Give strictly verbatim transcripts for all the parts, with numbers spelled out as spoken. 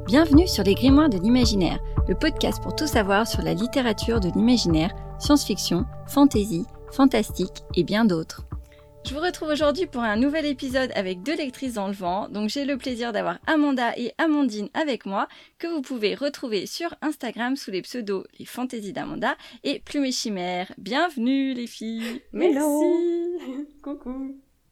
Bienvenue sur les Grimoires de l'imaginaire, le podcast pour tout savoir sur la littérature de l'imaginaire, science-fiction, fantasy, fantastique et bien d'autres. Je vous retrouve aujourd'hui pour un nouvel épisode avec deux lectrices dans le vent, donc j'ai le plaisir d'avoir Amanda et Amandine avec moi, que vous pouvez retrouver sur Instagram sous les pseudos Les Fantaisies d'Amanda et Plume et Chimère. Bienvenue les filles. Merci. Coucou.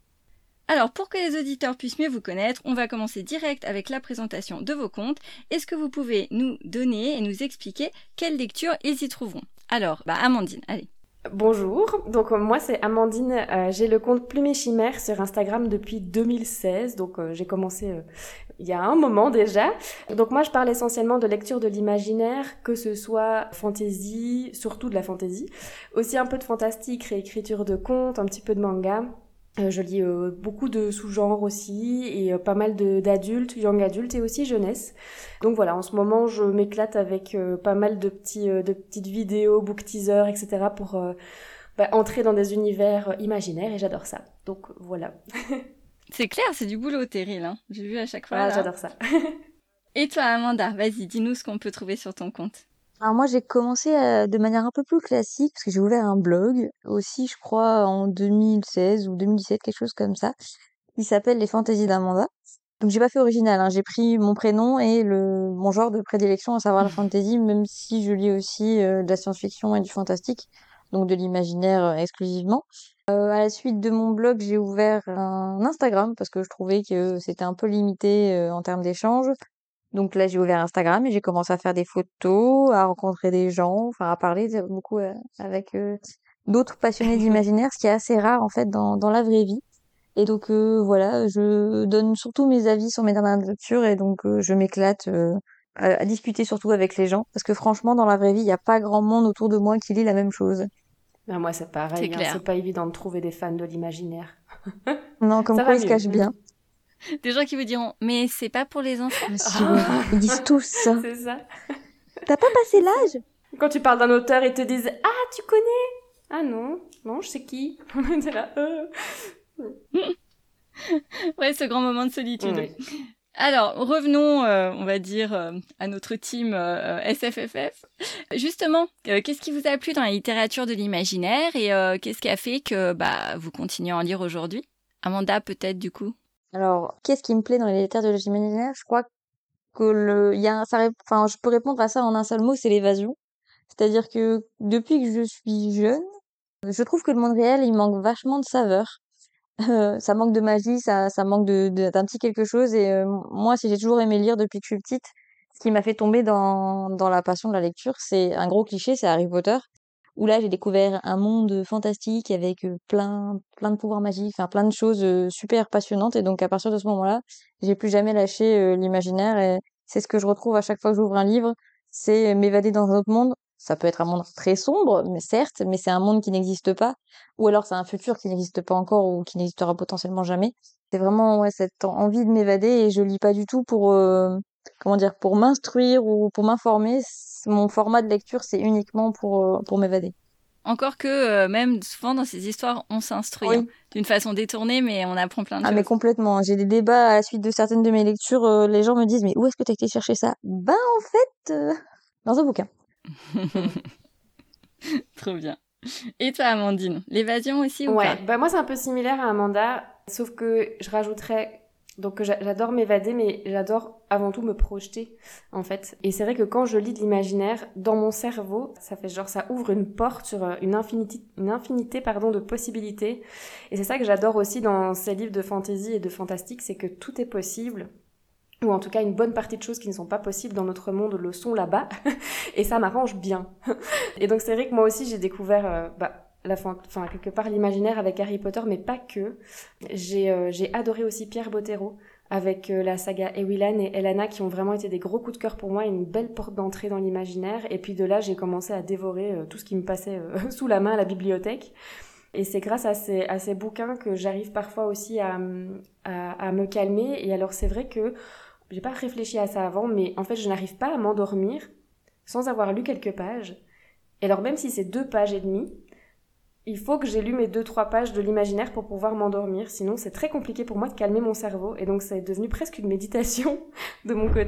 Alors, pour que les auditeurs puissent mieux vous connaître, on va commencer direct avec la présentation de vos contes. Est-ce que vous pouvez nous donner et nous expliquer quelles lectures ils y trouveront ? Alors, bah Amandine, allez. Bonjour, donc euh, moi c'est Amandine, euh, j'ai le compte Plume et Chimère sur Instagram depuis deux mille seize, donc euh, j'ai commencé euh, il y a un moment déjà. Donc moi je parle essentiellement de lecture de l'imaginaire, que ce soit fantasy, surtout de la fantasy, aussi un peu de fantastique, réécriture de contes, un petit peu de manga. Euh, je lis euh, beaucoup de sous-genres aussi et euh, pas mal de, d'adultes, young adultes et aussi jeunesse. Donc voilà, en ce moment je m'éclate avec euh, pas mal de, petits, euh, de petites vidéos, book teasers, et cetera pour euh, bah, entrer dans des univers euh, imaginaires et j'adore ça. Donc voilà. C'est clair, c'est du boulot, Terry, hein. J'ai vu à chaque fois. Ah, là. j'adore ça. Et toi, Amanda, vas-y, dis-nous ce qu'on peut trouver sur ton compte. Alors moi j'ai commencé euh, de manière un peu plus classique parce que j'ai ouvert un blog aussi je crois en deux mille seize ou deux mille dix-sept, quelque chose comme ça. Il s'appelle Les Fantaisies d'Amanda. Donc j'ai pas fait original, hein. J'ai pris mon prénom et le mon genre de prédilection, à savoir la fantasy, même si je lis aussi euh, de la science-fiction et du fantastique, donc de l'imaginaire euh, exclusivement. Euh, à la suite de mon blog, j'ai ouvert un Instagram parce que je trouvais que c'était un peu limité euh, en termes d'échanges. Donc là, j'ai ouvert Instagram et j'ai commencé à faire des photos, à rencontrer des gens, enfin à parler de- beaucoup euh, avec euh, d'autres passionnés d'imaginaire, ce qui est assez rare en fait dans, dans la vraie vie. Et donc euh, voilà, je donne surtout mes avis sur mes dernières lectures et donc euh, je m'éclate euh, à, à discuter surtout avec les gens parce que franchement, dans la vraie vie, il n'y a pas grand monde autour de moi qui lit la même chose. Ben, moi c'est pareil, C'est hein, clair. c'est pas évident de trouver des fans de l'imaginaire. Non, comme Ça quoi va ils se mieux. cachent bien. Des gens qui vous diront « Mais c'est pas pour les enfants ?» Bien sûr, ils disent tous ça. C'est ça. T'as pas passé l'âge? Quand tu parles d'un auteur, ils te disent « Ah, tu connais ?» Ah non, non, je sais qui. T'es là, euh... Ouais, ce grand moment de solitude. Oui. Alors, revenons, euh, on va dire, euh, à notre team euh, S F F F. Justement, euh, qu'est-ce qui vous a plu dans la littérature de l'imaginaire et euh, qu'est-ce qui a fait que bah, vous continuez à en lire aujourd'hui ? Amanda, peut-être, du coup. Alors, qu'est-ce qui me plaît dans les littératures de l'imaginaire? Je crois que le, il y a un, ça, rép- enfin, je peux répondre à ça en un seul mot, c'est l'évasion. C'est-à-dire que depuis que je suis jeune, je trouve que le monde réel, il manque vachement de saveur. Euh, ça manque de magie, ça, ça manque de, de- d'un petit quelque chose. Et euh, moi, si j'ai toujours aimé lire depuis que je suis petite, ce qui m'a fait tomber dans, dans la passion de la lecture, c'est un gros cliché, c'est Harry Potter, où là, j'ai découvert un monde fantastique avec euh, plein, plein de pouvoirs magiques, enfin plein de choses euh, super passionnantes. Et donc, à partir de ce moment-là, j'ai plus jamais lâché euh, l'imaginaire. Et c'est ce que je retrouve à chaque fois que j'ouvre un livre, c'est m'évader dans un autre monde. Ça peut être un monde très sombre, mais certes, mais c'est un monde qui n'existe pas, ou alors c'est un futur qui n'existe pas encore ou qui n'existera potentiellement jamais. C'est vraiment ouais, cette envie de m'évader et je lis pas du tout pour euh, comment dire pour m'instruire ou pour m'informer. C'est- Mon format de lecture, c'est uniquement pour euh, pour m'évader. Encore que, euh, même souvent dans ces histoires, on s'instruit, hein, Oui. d'une façon détournée, mais on apprend plein de Ah mais choses. complètement. J'ai des débats à la suite de certaines de mes lectures. euh, les gens me disent mais où est-ce que t'as été chercher ça? Ben en fait euh, dans un bouquin. Trop bien. Et toi, Amandine, l'évasion aussi ou Ouais, pas ? bah moi c'est un peu similaire à Amanda, sauf que je rajouterais donc que j'a- j'adore m'évader, mais j'adore avant tout me projeter en fait. Et c'est vrai que quand je lis de l'imaginaire, dans mon cerveau, ça fait genre ça ouvre une porte sur euh, une infinité, une infinité pardon de possibilités. Et c'est ça que j'adore aussi dans ces livres de fantasy et de fantastique, c'est que tout est possible. Ou en tout cas une bonne partie de choses qui ne sont pas possibles dans notre monde le sont là-bas, et ça m'arrange bien. Et donc c'est vrai que moi aussi j'ai découvert euh, bah, la fant- enfin quelque part l'imaginaire avec Harry Potter, mais pas que. J'ai euh, j'ai adoré aussi Pierre Bottero avec euh, la saga Ewilan et Elana qui ont vraiment été des gros coups de cœur pour moi, et une belle porte d'entrée dans l'imaginaire. Et puis de là j'ai commencé à dévorer euh, tout ce qui me passait euh, sous la main à la bibliothèque. Et c'est grâce à ces, à ces bouquins que j'arrive parfois aussi à, à, à me calmer. Et alors c'est vrai que j'ai pas réfléchi à ça avant, mais en fait je n'arrive pas à m'endormir sans avoir lu quelques pages. Et alors même si c'est deux pages et demie, il faut que j'ai lu mes deux trois pages de l'imaginaire pour pouvoir m'endormir, sinon c'est très compliqué pour moi de calmer mon cerveau, et donc c'est devenu presque une méditation de mon côté.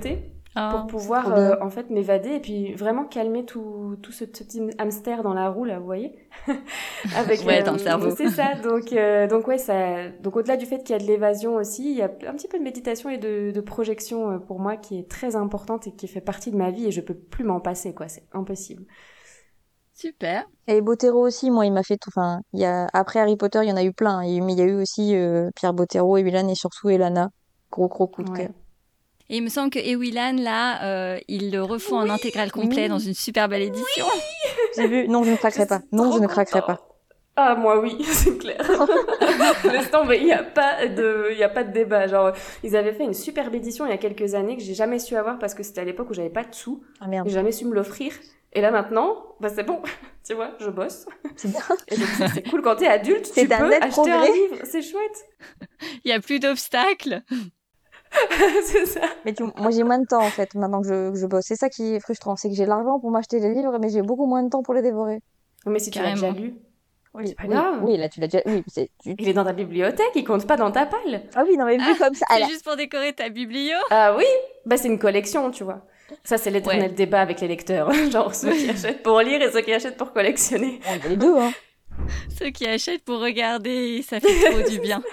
pour Oh, pouvoir trop bien. euh, en fait m'évader et puis vraiment calmer tout, tout ce petit hamster dans la roue là, vous voyez. Avec ouais, dans le euh, cerveau. c'est ça. Donc euh, donc ouais ça. Donc au-delà du fait qu'il y a de l'évasion aussi, il y a un petit peu de méditation et de, de projection euh, pour moi qui est très importante et qui fait partie de ma vie et je peux plus m'en passer quoi. C'est impossible. Super. Et Bottero aussi, moi, il m'a fait tout. Enfin, il y a après Harry Potter, il y en a eu plein. Il y a eu- Mais il y a eu aussi euh, Pierre Bottero, Ewilan et surtout Elana. Gros gros coup de cœur. Ouais. Et il me semble que Ewilan, là, euh, ils le refont en intégrale complet dans Oui, une super belle édition. j'ai vu. Non, je ne Je craquerai pas. suis Non, je trop ne craquerai pas. contente. Ah moi oui, c'est clair. Laisse tomber, il y a pas de il y a pas de débat. Genre ils avaient fait une superbe édition il y a quelques années que j'ai jamais su avoir parce que c'était à l'époque où j'avais pas de sous, Ah merde. j'ai jamais su me l'offrir. Et là maintenant, bah c'est bon. Tu vois, je bosse. C'est bien. Et je me dis c'est cool quand t'es adulte, C'est tu un peux net acheter un progrès. livre, c'est chouette. Il n'y a plus d'obstacles. C'est ça. Mais tu... moi, j'ai moins de temps, en fait, maintenant que je, que je bosse. C'est ça qui est frustrant. C'est que j'ai l'argent pour m'acheter des livres, mais j'ai beaucoup moins de temps pour les dévorer. Mais si tu l'as déjà Carrément. lu, Oui, c'est pas oui, grave. oui, là, tu l'as déjà. Oui, c'est. tu- Il est dans ta bibliothèque, il compte pas dans ta palle. Ah oui, non, mais vu Ah, comme ça. c'est elle a- juste pour décorer ta biblio. Ah oui, bah c'est une collection, tu vois. Ça c'est l'éternel Ouais. débat avec les lecteurs, genre ceux qui achètent pour lire et ceux qui achètent pour collectionner. Bon, il y a les deux, hein. Ceux qui achètent pour regarder, ça fait trop du bien.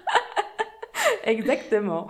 Exactement.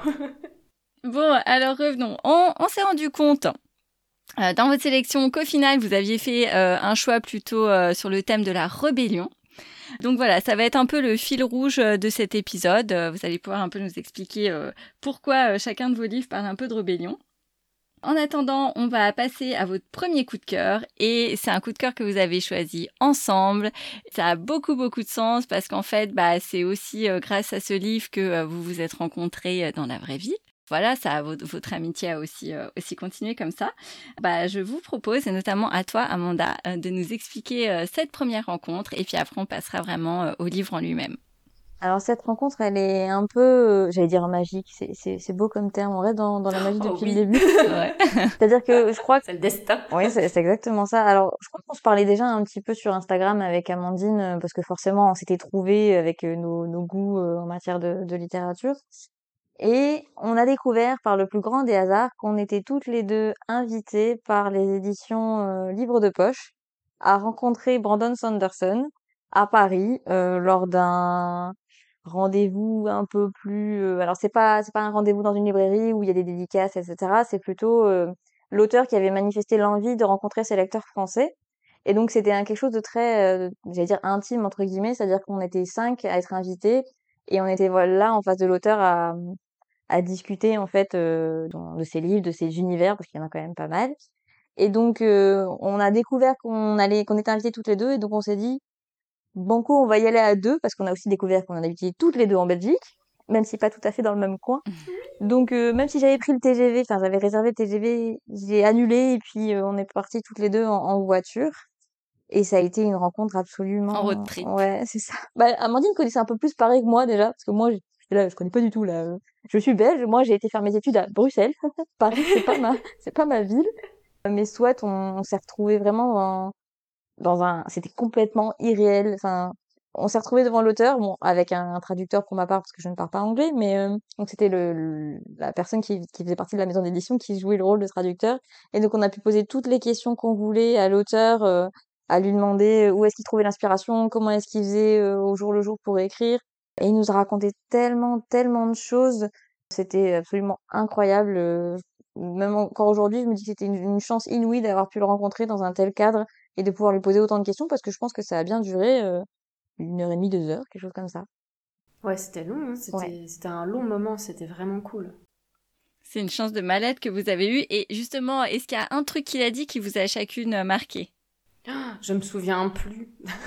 Bon, alors revenons. On, on s'est rendu compte euh, dans votre sélection qu'au final, vous aviez fait euh, un choix plutôt euh, sur le thème de la rébellion. Donc voilà, ça va être un peu le fil rouge euh, de cet épisode. Euh, Vous allez pouvoir un peu nous expliquer euh, pourquoi euh, chacun de vos livres parle un peu de rébellion. En attendant, on va passer à votre premier coup de cœur et c'est un coup de cœur que vous avez choisi ensemble. Ça a beaucoup beaucoup de sens parce qu'en fait, bah, c'est aussi euh, grâce à ce livre que euh, vous vous êtes rencontrés euh, dans la vraie vie. Voilà, ça a, votre, votre amitié a aussi, euh, aussi continué comme ça. Bah, je vous propose, et notamment à toi, Amanda, euh, de nous expliquer euh, cette première rencontre et puis après on passera vraiment euh, au livre en lui-même. Alors, cette rencontre, elle est un peu, euh, j'allais dire magique. C'est, c'est, c'est beau comme terme. On reste dans, dans la magie Oh depuis le oui, début. Ouais. C'est-à-dire que je crois que, c'est le destin. oui, c'est, c'est exactement ça. Alors, je crois qu'on se parlait déjà un petit peu sur Instagram avec Amandine, euh, parce que forcément, on s'était trouvés avec euh, nos, nos goûts euh, en matière de, de littérature. Et on a découvert par le plus grand des hasards qu'on était toutes les deux invitées par les éditions euh, Livres de Poche à rencontrer Brandon Sanderson à Paris euh, lors d'un rendez-vous un peu plus euh, alors c'est pas c'est pas un rendez-vous dans une librairie où il y a des dédicaces etc, c'est plutôt euh, l'auteur qui avait manifesté l'envie de rencontrer ses lecteurs français et donc c'était un, quelque chose de très euh, j'allais dire intime entre guillemets, c'est-à-dire qu'on était cinq à être invités et on était voilà là en face de l'auteur à à discuter en fait euh, dans- de ses livres, de ses univers parce qu'il y en a quand même pas mal. Et donc euh, on a découvert qu'on allait qu'on était invités toutes les deux et donc on s'est dit banco on va y aller à deux parce qu'on a aussi découvert qu'on en habitait toutes les deux en Belgique, même si pas tout à fait dans le même coin. Donc euh, même si j'avais pris le T G V, enfin j'avais réservé le T G V, j'ai annulé et puis euh, on est partis toutes les deux en, en voiture. Et ça a été une rencontre En road absolument, trip. ouais, c'est ça. Bah, Amandine connaissait un peu plus Paris que moi déjà, parce que moi, j'étais là, je connais pas du tout là. Je suis belge, moi j'ai été faire mes études à Bruxelles. Paris, c'est pas ma, c'est pas ma ville. Mais soit on, on s'est retrouvés vraiment dans, dans un, c'était complètement irréel. Enfin, on s'est retrouvés devant l'auteur, bon, avec un, un traducteur pour ma part parce que je ne parle pas anglais, mais euh, donc c'était le, le- la personne qui, qui faisait partie de la maison d'édition qui jouait le rôle de traducteur. Et donc on a pu poser toutes les questions qu'on voulait à l'auteur, euh, à lui demander où est-ce qu'il trouvait l'inspiration, comment est-ce qu'il faisait euh, au jour le jour pour écrire. Et il nous a raconté tellement, tellement de choses. C'était absolument incroyable. euh, Même encore aujourd'hui, je me dis que c'était une, une chance inouïe d'avoir pu le rencontrer dans un tel cadre et de pouvoir lui poser autant de questions parce que je pense que ça a bien duré euh, une heure et demie, deux heures, quelque chose comme ça. Ouais, c'était long, hein. Ouais. C'était, c'était un long moment, c'était vraiment cool. C'est une chance de malade que vous avez eue. Et justement, est-ce qu'il y a un truc qu'il a dit qui vous a chacune marqué? Ah, je me souviens plus.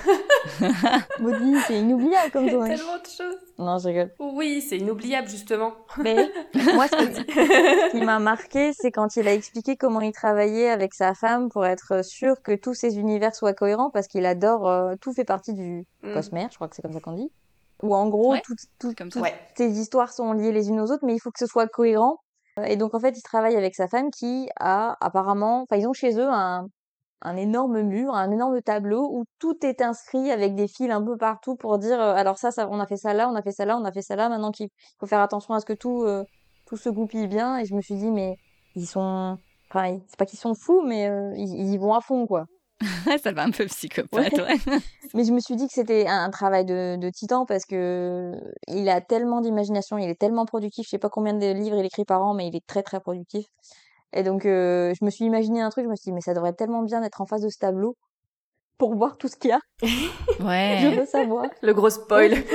Maudit, c'est inoubliable comme Il y a journée. tellement de choses. Non, je rigole. Oui, c'est inoubliable justement. Mais moi, ce qui, ce qui m'a marqué, c'est quand il a expliqué comment il travaillait avec sa femme pour être sûr que tous ses univers soient cohérents parce qu'il adore, euh, tout fait partie du Mm. cosmère, je crois que c'est comme ça qu'on dit. Où en gros, Ouais, toutes, toutes, comme ça. toutes Ouais. ces histoires sont liées les unes aux autres, mais il faut que ce soit cohérent. Euh, Et donc, en fait, il travaille avec sa femme qui a apparemment, enfin, ils ont chez eux un, un énorme mur, un énorme tableau où tout est inscrit avec des fils un peu partout pour dire, euh, alors ça, ça, on a fait ça là, on a fait ça là, on a fait ça là, maintenant qu'il faut faire attention à ce que tout, euh, tout se goupille bien. Et je me suis dit, mais ils sont, enfin, ils- c'est pas qu'ils sont fous, mais euh, ils, ils y vont à fond, quoi. Ça va un peu psychopathe, Ouais. ouais. Mais je me suis dit que c'était un, un travail de, de titan parce que il a tellement d'imagination, il est tellement productif. Je sais pas combien de livres il écrit par an, mais il est très très productif. Et donc, euh, je me suis imaginé un truc, je me suis dit, mais ça devrait être tellement bien d'être en face de ce tableau pour voir tout ce qu'il y a. Je Ouais. veux savoir. Le gros spoil. Ouais,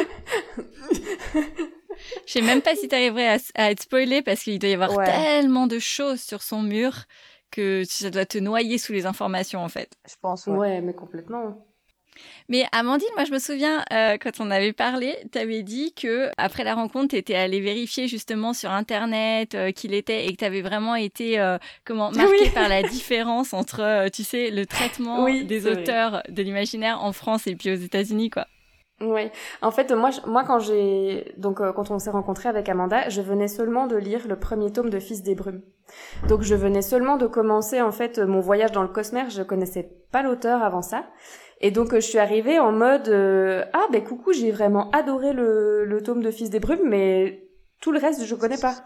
Je sais même pas si t'arriverais à, s- à être spoilé parce qu'il doit y avoir Ouais. tellement de choses sur son mur que ça doit te noyer sous les informations en fait. je pense, ouais. Ouais, mais complètement. Mais Amandine, moi je me souviens euh, quand on avait parlé, t'avais dit que après la rencontre, t'étais allée vérifier justement sur internet euh, qu'il était et que t'avais vraiment été euh, comment marquée Oui. par la différence entre, euh, tu sais, le traitement Oui, des c'est vrai. auteurs de l'imaginaire en France et puis aux États-Unis, quoi. Ouais. En fait, moi, je- moi, quand j'ai, donc, euh, quand on s'est rencontrés avec Amanda, je venais seulement de lire le premier tome de Fils des Brumes. Donc, je venais seulement de commencer, en fait, mon voyage dans le Cosmère. Je connaissais pas l'auteur avant ça. Et donc, euh, je suis arrivée en mode, euh, ah, ben, coucou, j'ai vraiment adoré le, le tome de Fils des Brumes, mais tout le reste, je connais pas.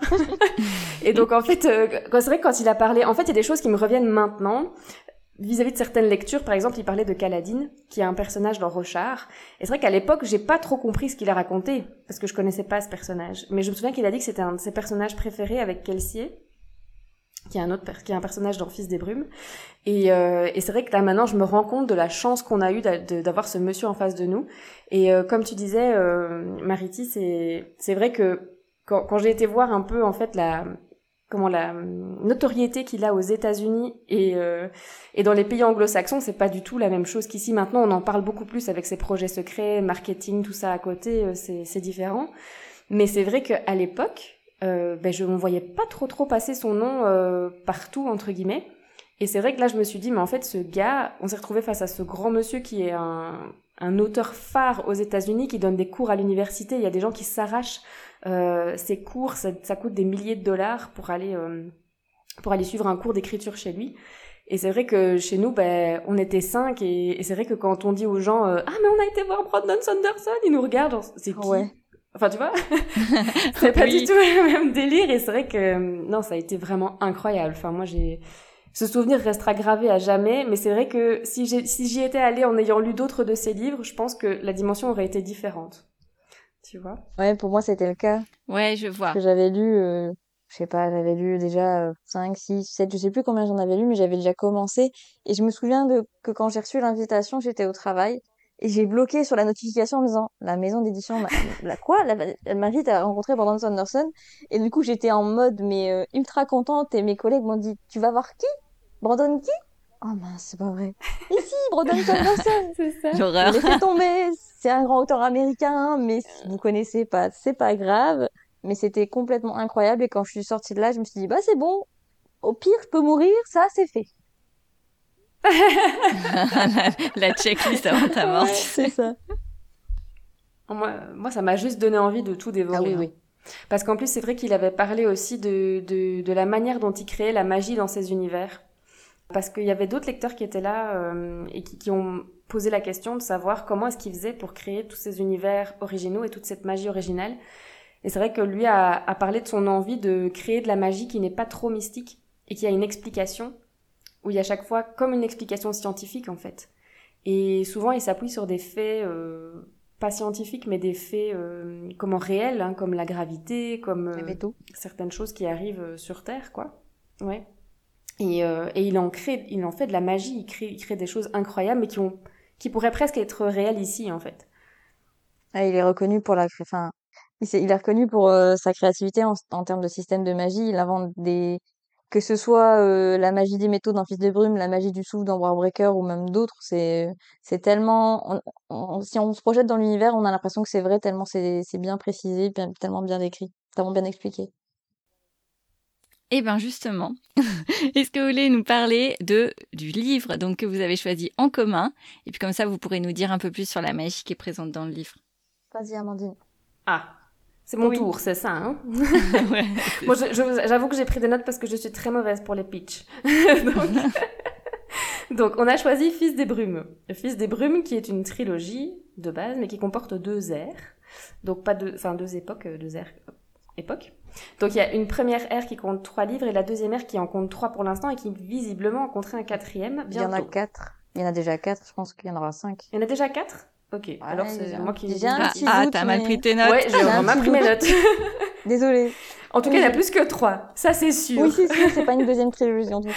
Et donc, en fait, euh, quand- c'est vrai que quand il a parlé, en fait, il y a des choses qui me reviennent maintenant. Vis-à-vis de certaines lectures, par exemple, il parlait de Kaladin, qui est un personnage dans Rochard. Et c'est vrai qu'à l'époque, j'ai pas trop compris ce qu'il a raconté, parce que je connaissais pas ce personnage. Mais je me souviens qu'il a dit que c'était un de ses personnages préférés avec Kelsier, qui est un autre, per- qui est un personnage dans Fils des Brumes. Et, euh, et c'est vrai que là, maintenant, je me rends compte de la chance qu'on a eue d'a- de- d'avoir ce monsieur en face de nous. Et euh, comme tu disais, euh, Mariti, c'est, c'est vrai que quand, quand j'ai été voir un peu, en fait, la, comment la hum, notoriété qu'il a aux États-Unis et euh, et dans les pays anglo-saxons, c'est pas du tout la même chose qu'ici. Maintenant, on en parle beaucoup plus avec ses projets secrets, marketing, tout ça à côté, euh, c'est c'est différent. Mais c'est vrai qu'à l'époque, euh, ben je ne voyais pas trop trop passer son nom euh, partout entre guillemets. Et c'est vrai que là, je me suis dit, mais en fait, ce gars, on s'est retrouvé face à ce grand monsieur qui est un un auteur phare aux États-Unis qui donne des cours à l'université. Il y a des gens qui s'arrachent euh, ces cours, ça, ça coûte des milliers de dollars pour aller euh, pour aller suivre un cours d'écriture chez lui. Et c'est vrai que chez nous, ben, on était cinq et, et c'est vrai que quand on dit aux gens euh, ah mais on a été voir Brandon Sanderson, ils nous regardent, genre, c'est qui Ouais. Enfin tu vois, c'est pas Oui. du tout le même délire et c'est vrai que euh, non, ça a été vraiment incroyable. Enfin moi j'ai ce souvenir restera gravé à jamais, mais c'est vrai que si j'ai si j'y étais allée en ayant lu d'autres de ses livres, je pense que la dimension aurait été différente. Tu vois. Ouais, pour moi, c'était le cas. Ouais, je Parce vois. que j'avais lu, euh, je sais pas, j'avais lu déjà euh, cinq, six, sept, je sais plus combien j'en avais lu, mais j'avais déjà commencé. Et je me souviens de que quand j'ai reçu l'invitation, j'étais au travail et j'ai bloqué sur la notification en me disant la maison d'édition, m'a- la quoi? La- Elle m'invite à rencontrer Brandon Sanderson. Et du coup, j'étais en mode mais euh, ultra contente et mes collègues m'ont dit tu vas voir qui? Brandon qui? Oh mince, c'est pas vrai. Mais si, Brandon Sanderson! C'est ça. L'horreur. Laissez tomber, c'est un grand auteur américain, mais si vous connaissez pas, c'est pas grave. Mais c'était complètement incroyable et quand je suis sortie de là, je me suis dit, bah c'est bon, au pire, je peux mourir, ça c'est fait. la, la checklist avant ta mort, Ouais. tu sais. C'est ça. Moi, moi, ça m'a juste donné envie de tout dévorer. Ah oui, hein. oui. Parce qu'en plus, c'est vrai qu'il avait parlé aussi de, de, de la manière dont il créait la magie dans ses univers. Parce qu'il y avait d'autres lecteurs qui étaient là euh, et qui, qui ont posé la question de savoir comment est-ce qu'il faisait pour créer tous ces univers originaux et toute cette magie originale. Et c'est vrai que lui a, a parlé de son envie de créer de la magie qui n'est pas trop mystique et qui a une explication, où il y a chaque fois comme une explication scientifique en fait. Et souvent, il s'appuie sur des faits... Euh, pas scientifiques, mais des faits euh, comment réels, hein, comme la gravité, comme Les euh, métaux. certaines choses qui arrivent euh, sur Terre, quoi. Ouais. Et, euh, et il en crée, il en fait de la magie, il crée, il crée des choses incroyables, mais qui ont, qui pourraient presque être réelles ici, en fait. Ah, il est reconnu pour la, cré- enfin, il, s'est- il est reconnu pour euh, sa créativité en, en termes de système de magie. Il invente des, que ce soit euh, la magie des métaux dans Fils de Brume, la magie du souffle dans Warbreaker ou même d'autres, c'est, c'est tellement, on- on- si on se projette dans l'univers, on a l'impression que c'est vrai tellement c'est, c'est bien précisé, bien- tellement bien décrit, tellement bien expliqué. Eh bien justement, est-ce que vous voulez nous parler de, du livre donc, que vous avez choisi en commun? Et puis comme ça, vous pourrez nous dire un peu plus sur la magie qui est présente dans le livre. Vas-y, Amandine. Ah, c'est mon Oui. tour, c'est ça, hein. Ouais. Moi, je- je- j'avoue que j'ai pris des notes parce que je suis très mauvaise pour les pitchs. Donc... Donc, on a choisi Fils des Brumes. Fils des Brumes, qui est une trilogie de base, mais qui comporte deux ères. Donc, pas deux, enfin, deux époques, euh, deux ères, euh, époques. Donc il y a une première ère qui compte trois livres et la deuxième ère qui en compte trois pour l'instant et qui visiblement en compterait un quatrième bientôt. Il y en a quatre. Il y en a déjà quatre, je pense qu'il y en aura cinq. Il y en a déjà quatre ? Ok, ouais, alors c'est déjà, moi qui... J'ai un Ah, petit ah doute, t'as mal mais... pris tes notes. Ouais, j'ai vraiment pris mes notes. Désolée. En tout cas, il y en a plus que trois, ça c'est sûr. Oui, c'est sûr, c'est pas une deuxième trilogie en tout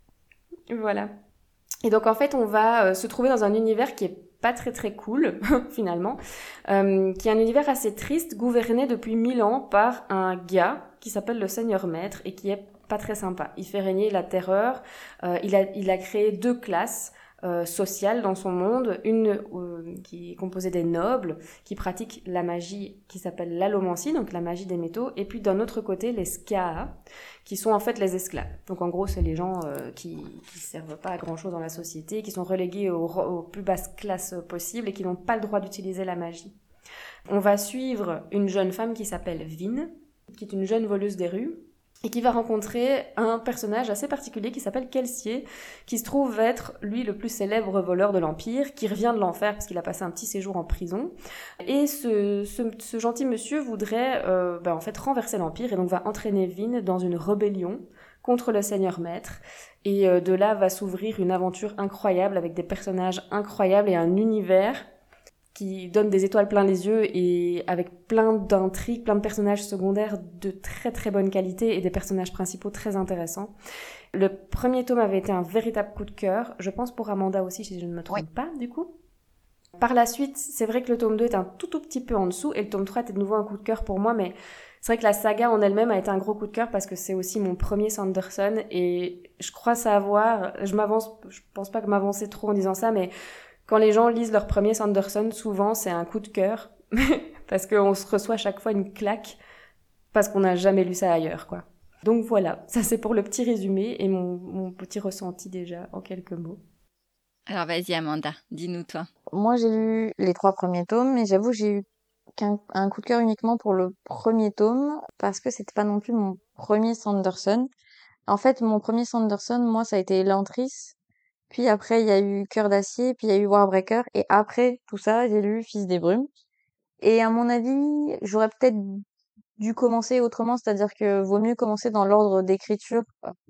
cas. Voilà. Et donc en fait, on va euh, se trouver dans un univers qui est pas très très cool, finalement, euh, qui est un univers assez triste, gouverné depuis mille ans par un gars qui s'appelle le Seigneur Maître et qui est pas très sympa. Il fait régner la terreur, euh, il a, il a créé deux classes euh, sociales dans son monde, une euh, qui est composée des nobles, qui pratiquent la magie qui s'appelle l'allomancie, donc la magie des métaux, et puis d'un autre côté, les skaa, qui sont en fait les esclaves. Donc en gros, c'est les gens euh, qui qui servent pas à grand-chose dans la société, qui sont relégués aux, aux plus basses classes possibles et qui n'ont pas le droit d'utiliser la magie. On va suivre une jeune femme qui s'appelle Vin, qui est une jeune voleuse des rues, et qui va rencontrer un personnage assez particulier qui s'appelle Kelsier, qui se trouve être, lui, le plus célèbre voleur de l'Empire, qui revient de l'enfer parce qu'il a passé un petit séjour en prison. Et ce, ce, ce gentil monsieur voudrait euh, ben, en fait renverser l'Empire, et donc va entraîner Vin dans une rébellion contre le Seigneur Maître. Et euh, de là va s'ouvrir une aventure incroyable avec des personnages incroyables et un univers qui donne des étoiles plein les yeux et avec plein d'intrigues, plein de personnages secondaires de très très bonne qualité et des personnages principaux très intéressants. Le premier tome avait été un véritable coup de cœur, je pense pour Amanda aussi si je ne me trompe oui. pas du coup. Par la suite, c'est vrai que le tome deux est un tout tout petit peu en dessous et le tome trois était de nouveau un coup de cœur pour moi, mais c'est vrai que la saga en elle-même a été un gros coup de cœur parce que c'est aussi mon premier Sanderson et je crois savoir, je m'avance, je pense pas que m'avancer trop en disant ça, mais quand les gens lisent leur premier Sanderson, souvent c'est un coup de cœur parce qu'on se reçoit à chaque fois une claque parce qu'on n'a jamais lu ça ailleurs, quoi. Donc voilà, ça c'est pour le petit résumé et mon, mon petit ressenti déjà en quelques mots. Alors vas-y Amanda, dis-nous toi. Moi j'ai lu les trois premiers tomes mais j'avoue j'ai eu qu'un un coup de cœur uniquement pour le premier tome parce que c'était pas non plus mon premier Sanderson. En fait mon premier Sanderson, moi ça a été Elantris. Puis après, il y a eu Cœur d'acier, puis il y a eu Warbreaker. Et après tout ça, j'ai lu Fils des brumes. Et à mon avis, j'aurais peut-être dû commencer autrement, c'est-à-dire que vaut mieux commencer dans l'ordre d'écriture,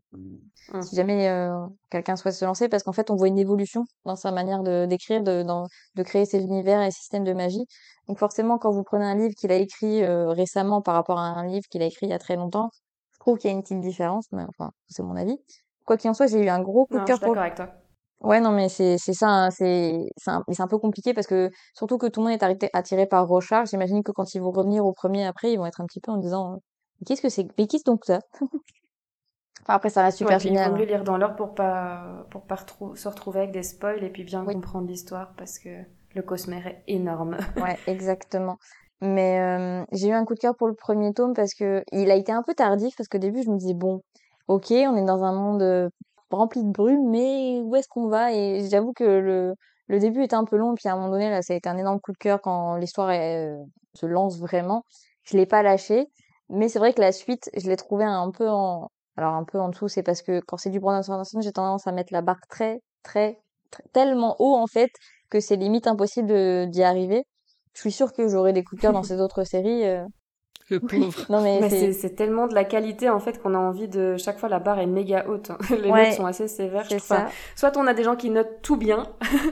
mmh. si jamais euh, quelqu'un souhaite se lancer, parce qu'en fait, on voit une évolution dans sa manière de, d'écrire, de, dans, de créer ses univers et systèmes de magie. Donc forcément, quand vous prenez un livre qu'il a écrit euh, récemment par rapport à un livre qu'il a écrit il y a très longtemps, je trouve qu'il y a une petite différence, mais enfin, c'est mon avis. Quoi qu'il en soit, j'ai eu un gros coup non, de cœur je suis d'accord pour... avec toi. Ouais, non, mais c'est c'est ça, hein, c'est c'est un, mais c'est un peu compliqué parce que surtout que tout le monde est arrêté, attiré par Rochard. J'imagine que quand ils vont revenir au premier après, ils vont être un petit peu en disant mais qu'est-ce que c'est, mais qu'est-ce donc ça? Enfin après ça reste super ouais, génial. Il vaut mieux lire dans l'ordre pour pas pour pas retrou- se retrouver avec des spoils et puis bien oui. comprendre l'histoire parce que le Cosmere est énorme. Ouais, exactement. Mais euh, j'ai eu un coup de cœur pour le premier tome parce que il a été un peu tardif parce qu'au début je me disais bon, ok, on est dans un monde rempli de brume, mais où est-ce qu'on va? Et j'avoue que le, le début était un peu long, puis à un moment donné, là, ça a été un énorme coup de cœur quand l'histoire elle, euh, se lance vraiment. Je l'ai pas lâché, mais c'est vrai que la suite, je l'ai trouvé un peu en, alors un peu en dessous, c'est parce que quand c'est du Brandon Sanderson, j'ai tendance à mettre la barre très, très, très tellement haut en fait que c'est limite impossible de, d'y arriver. Je suis sûre que j'aurai des coups de cœur dans ces autres séries. Euh... Le pauvre. Non mais, mais c'est... C'est, c'est tellement de la qualité en fait qu'on a envie de chaque fois la barre est méga haute. Les ouais, notes sont assez sévères. C'est je trouve. ça. Enfin, soit on a des gens qui notent tout bien,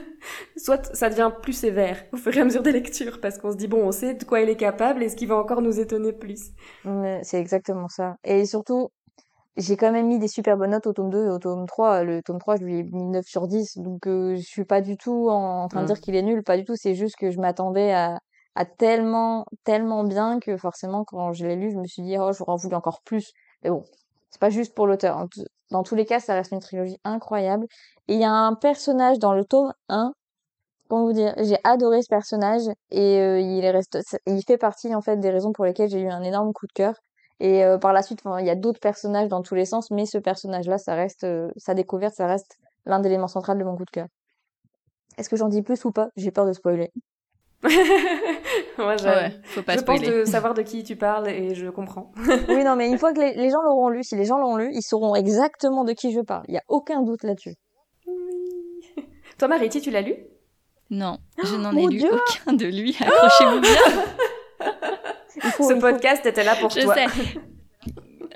soit ça devient plus sévère au fur et à mesure des lectures parce qu'on se dit bon on sait de quoi il est capable et ce qui va encore nous étonner plus. Mais c'est exactement ça. Et surtout j'ai quand même mis des super bonnes notes au tome deux et au tome trois. Le tome trois je lui ai mis neuf sur dix donc euh, je suis pas du tout en, en train mmh. de dire qu'il est nul, pas du tout. C'est juste que je m'attendais à à tellement, tellement bien que forcément, quand je l'ai lu, je me suis dit, oh, j'aurais voulu encore plus. Mais bon, c'est pas juste pour l'auteur. Dans tous les cas, ça reste une trilogie incroyable. Et il y a un personnage dans le tome un, comment vous dire, j'ai adoré ce personnage et euh, il reste, il fait partie, en fait, des raisons pour lesquelles j'ai eu un énorme coup de cœur. Et euh, par la suite, il y a d'autres personnages dans tous les sens, mais ce personnage-là, ça reste, euh, sa découverte, ça reste l'un des éléments centraux de mon coup de cœur. Est-ce que j'en dis plus ou pas? J'ai peur de spoiler. Moi, je, ouais, faut pas je pense de savoir de qui tu parles et je comprends. Oui, non, mais une fois que les, les gens l'auront lu, si les gens l'ont lu, ils sauront exactement de qui je parle. Il y a aucun doute là-dessus. Oui. Toi, Mariti, tu l'as lu? Non, je n'en oh, ai lu Dieu. aucun de lui. Accrochez-vous bien. il faut, Ce il podcast faut... était là pour je toi. Sais.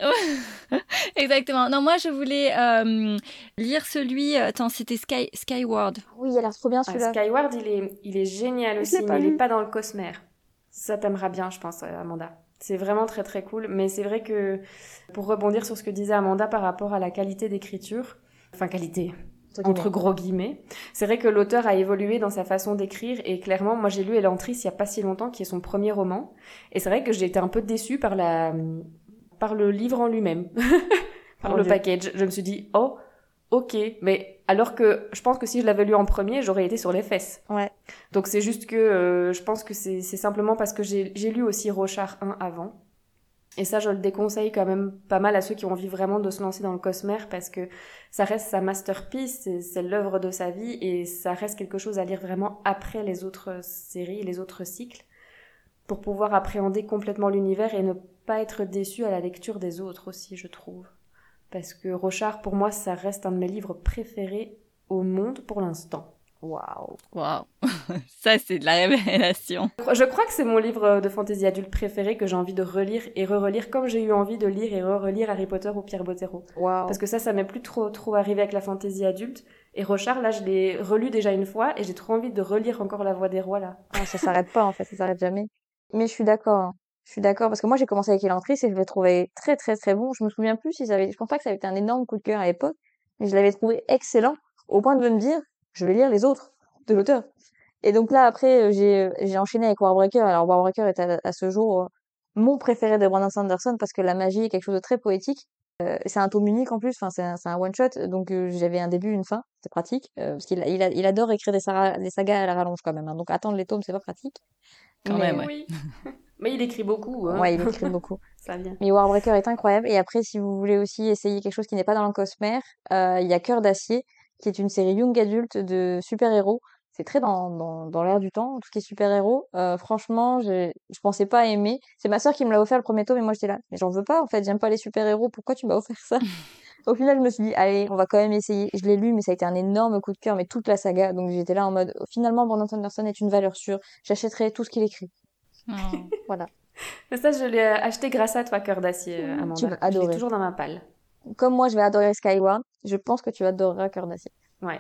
Exactement. Non, moi, je voulais euh, lire celui... Attends, c'était Sky... Skyward. Oui, il a l'air trop bien Ah, celui-là. Skyward, il est, il est génial Je aussi, l'ai pas mais il est lu. pas dans le Cosmere. Ça t'aimera bien, je pense, Amanda. C'est vraiment très très cool. Mais c'est vrai que, pour rebondir sur ce que disait Amanda par rapport à la qualité d'écriture, enfin qualité, Entre entre guillemets. gros guillemets, c'est vrai que l'auteur a évolué dans sa façon d'écrire et clairement, moi j'ai lu Elantris il y a pas si longtemps, qui est son premier roman, et c'est vrai que j'ai été un peu déçue par la, par le livre en lui-même, par Mon le Dieu. package. Je me suis dit, oh, ok, mais alors que je pense que si je l'avais lu en premier, j'aurais été sur les fesses. Ouais. Donc c'est juste que euh, je pense que c'est c'est simplement parce que j'ai j'ai lu aussi Rochard un avant. Et ça, je le déconseille quand même pas mal à ceux qui ont envie vraiment de se lancer dans le Cosmere parce que ça reste sa masterpiece, c'est, c'est l'œuvre de sa vie et ça reste quelque chose à lire vraiment après les autres séries, les autres cycles, pour pouvoir appréhender complètement l'univers et ne pas être déçu à la lecture des autres aussi, je trouve. Parce que Rochard, pour moi, ça reste un de mes livres préférés au monde pour l'instant. Waouh. Waouh. Ça, c'est de la révélation. Je crois que c'est mon livre de fantasy adulte préféré que j'ai envie de relire et re-relire comme j'ai eu envie de lire et re-relire Harry Potter ou Pierre Bottero. Waouh. Parce que ça, ça m'est plus trop, trop arrivé avec la fantasy adulte. Et Rochard, là, je l'ai relu déjà une fois et j'ai trop envie de relire encore La Voix des Rois, là. Ah, ça s'arrête pas, en fait, ça s'arrête jamais. Mais je suis d'accord, hein. Je suis d'accord, parce que moi, j'ai commencé avec Elantris et je l'ai trouvé très, très, très bon. Je me souviens plus si ça avait, je pense pas que ça avait été un énorme coup de cœur à l'époque, mais je l'avais trouvé excellent, au point de me dire, je vais lire les autres de l'auteur. Et donc là, après, euh, j'ai, euh, j'ai enchaîné avec Warbreaker. Alors, Warbreaker est à, à ce jour euh, mon préféré de Brandon Sanderson parce que la magie est quelque chose de très poétique. Euh, c'est un tome unique en plus, enfin, c'est un, c'est un one-shot, donc euh, j'avais un début, une fin, c'est pratique, euh, parce qu'il a- il, a- il adore écrire des, saga- des sagas à la rallonge quand même, hein. Donc attendre les tomes, c'est pas pratique. Quand Mais même, ouais. Oui. Mais il écrit beaucoup, hein. ouais, il écrit beaucoup. Ça vient. Mais Warbreaker est incroyable. Et après, si vous voulez aussi essayer quelque chose qui n'est pas dans le Cosmere, euh, il y a Cœur d'acier, qui est une série young adulte de super-héros. C'est très dans, dans, dans l'air du temps, tout ce qui est super-héros. Euh, franchement, j'ai- je pensais pas aimer. C'est ma sœur qui me l'a offert le premier tome et moi j'étais là. Mais j'en veux pas, en fait, j'aime pas les super-héros. Pourquoi tu m'as offert ça? Au final, je me suis dit, allez, on va quand même essayer. Je l'ai lu, mais ça a été un énorme coup de cœur, mais toute la saga. Donc j'étais là en mode, finalement, Brandon Sanderson est une valeur sûre. J'achèterai tout ce qu'il écrit. Oh. Voilà. Mais ça, je l'ai acheté grâce à toi, Cœur d'acier, euh, Tu Amanda. vas Je l'ai adorer. toujours dans ma palle. Comme moi, je vais adorer Skyward. Je pense que tu adoreras Cœur d'acier. Ouais.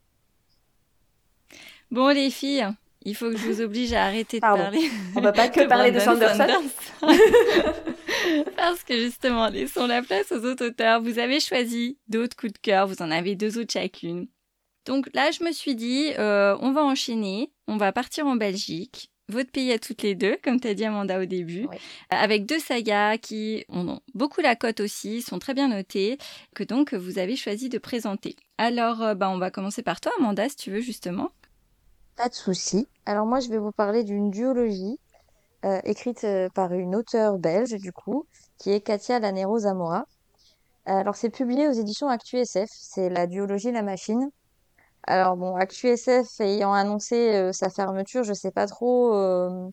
Bon, les filles, il faut que je vous oblige à arrêter de Pardon. parler. On va pas que parler de Brandon Sanderson. Parce que justement, laissons la place aux autres auteurs. Vous avez choisi d'autres coups de cœur, vous en avez deux autres chacune. Donc là, je me suis dit, euh, on va enchaîner, on va partir en Belgique, votre pays à toutes les deux, comme tu as dit Amanda au début, Oui. avec deux sagas qui ont beaucoup la cote aussi, sont très bien notées, que donc vous avez choisi de présenter. Alors, euh, bah, on va commencer par toi, Amanda, si tu veux justement. Pas de souci. Alors moi, je vais vous parler d'une duologie euh, écrite euh, par une auteure belge, du coup, qui est Katia Lanero Zamora. Alors c'est publié aux éditions Actu S F. C'est la duologie La Machine. Alors bon, Actu S F ayant annoncé euh, sa fermeture, je sais pas trop euh,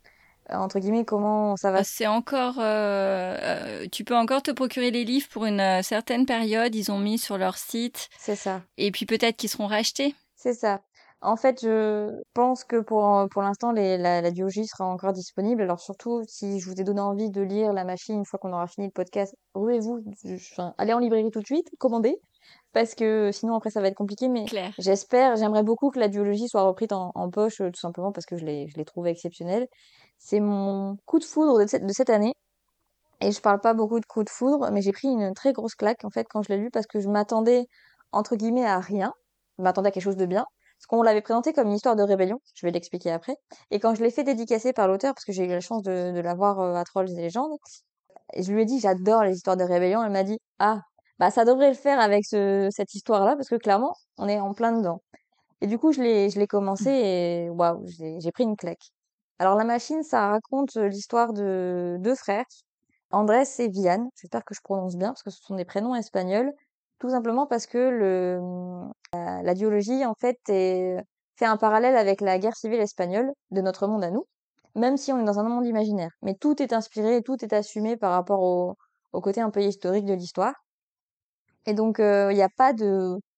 entre guillemets comment ça va. Ah, c'est encore, euh, euh, tu peux encore te procurer les livres pour une euh, certaine période. Ils ont mis sur leur site, C'est ça. et puis peut-être qu'ils seront rachetés. C'est ça. En fait, je pense que pour, pour l'instant, les, la, la duologie sera encore disponible. Alors surtout, si je vous ai donné envie de lire La Machine une fois qu'on aura fini le podcast, ruez-vous, enfin, allez en librairie tout de suite, commandez, parce que sinon après ça va être compliqué. Mais Claire. j'espère, j'aimerais beaucoup que la duologie soit reprise en, en poche, euh, tout simplement parce que je l'ai, je l'ai trouvée exceptionnelle. C'est mon coup de foudre de cette, de cette année. Et je parle pas beaucoup de coups de foudre, mais j'ai pris une très grosse claque en fait quand je l'ai lu parce que je m'attendais entre guillemets à rien. Je m'attendais à quelque chose de bien. Parce qu'on l'avait présenté comme une histoire de rébellion, je vais l'expliquer après. Et quand je l'ai fait dédicacer par l'auteur, parce que j'ai eu la chance de, de la voir euh, à Trolls et Légendes, et je lui ai dit j'adore les histoires de rébellion, elle m'a dit ah bah ça devrait le faire avec ce, cette histoire-là parce que clairement on est en plein dedans. Et du coup je l'ai je l'ai commencé et waouh j'ai j'ai pris une claque. Alors La Machine, ça raconte euh, l'histoire de deux frères, Andrés et Vian. J'espère que je prononce bien parce que ce sont des prénoms espagnols. Tout simplement parce que le, la, la duologie, en fait, est, fait un parallèle avec la guerre civile espagnole de notre monde à nous, même si on est dans un monde imaginaire. Mais tout est inspiré, tout est assumé par rapport au, au côté un peu historique de l'histoire. Et donc, euh, il n'y a pas de,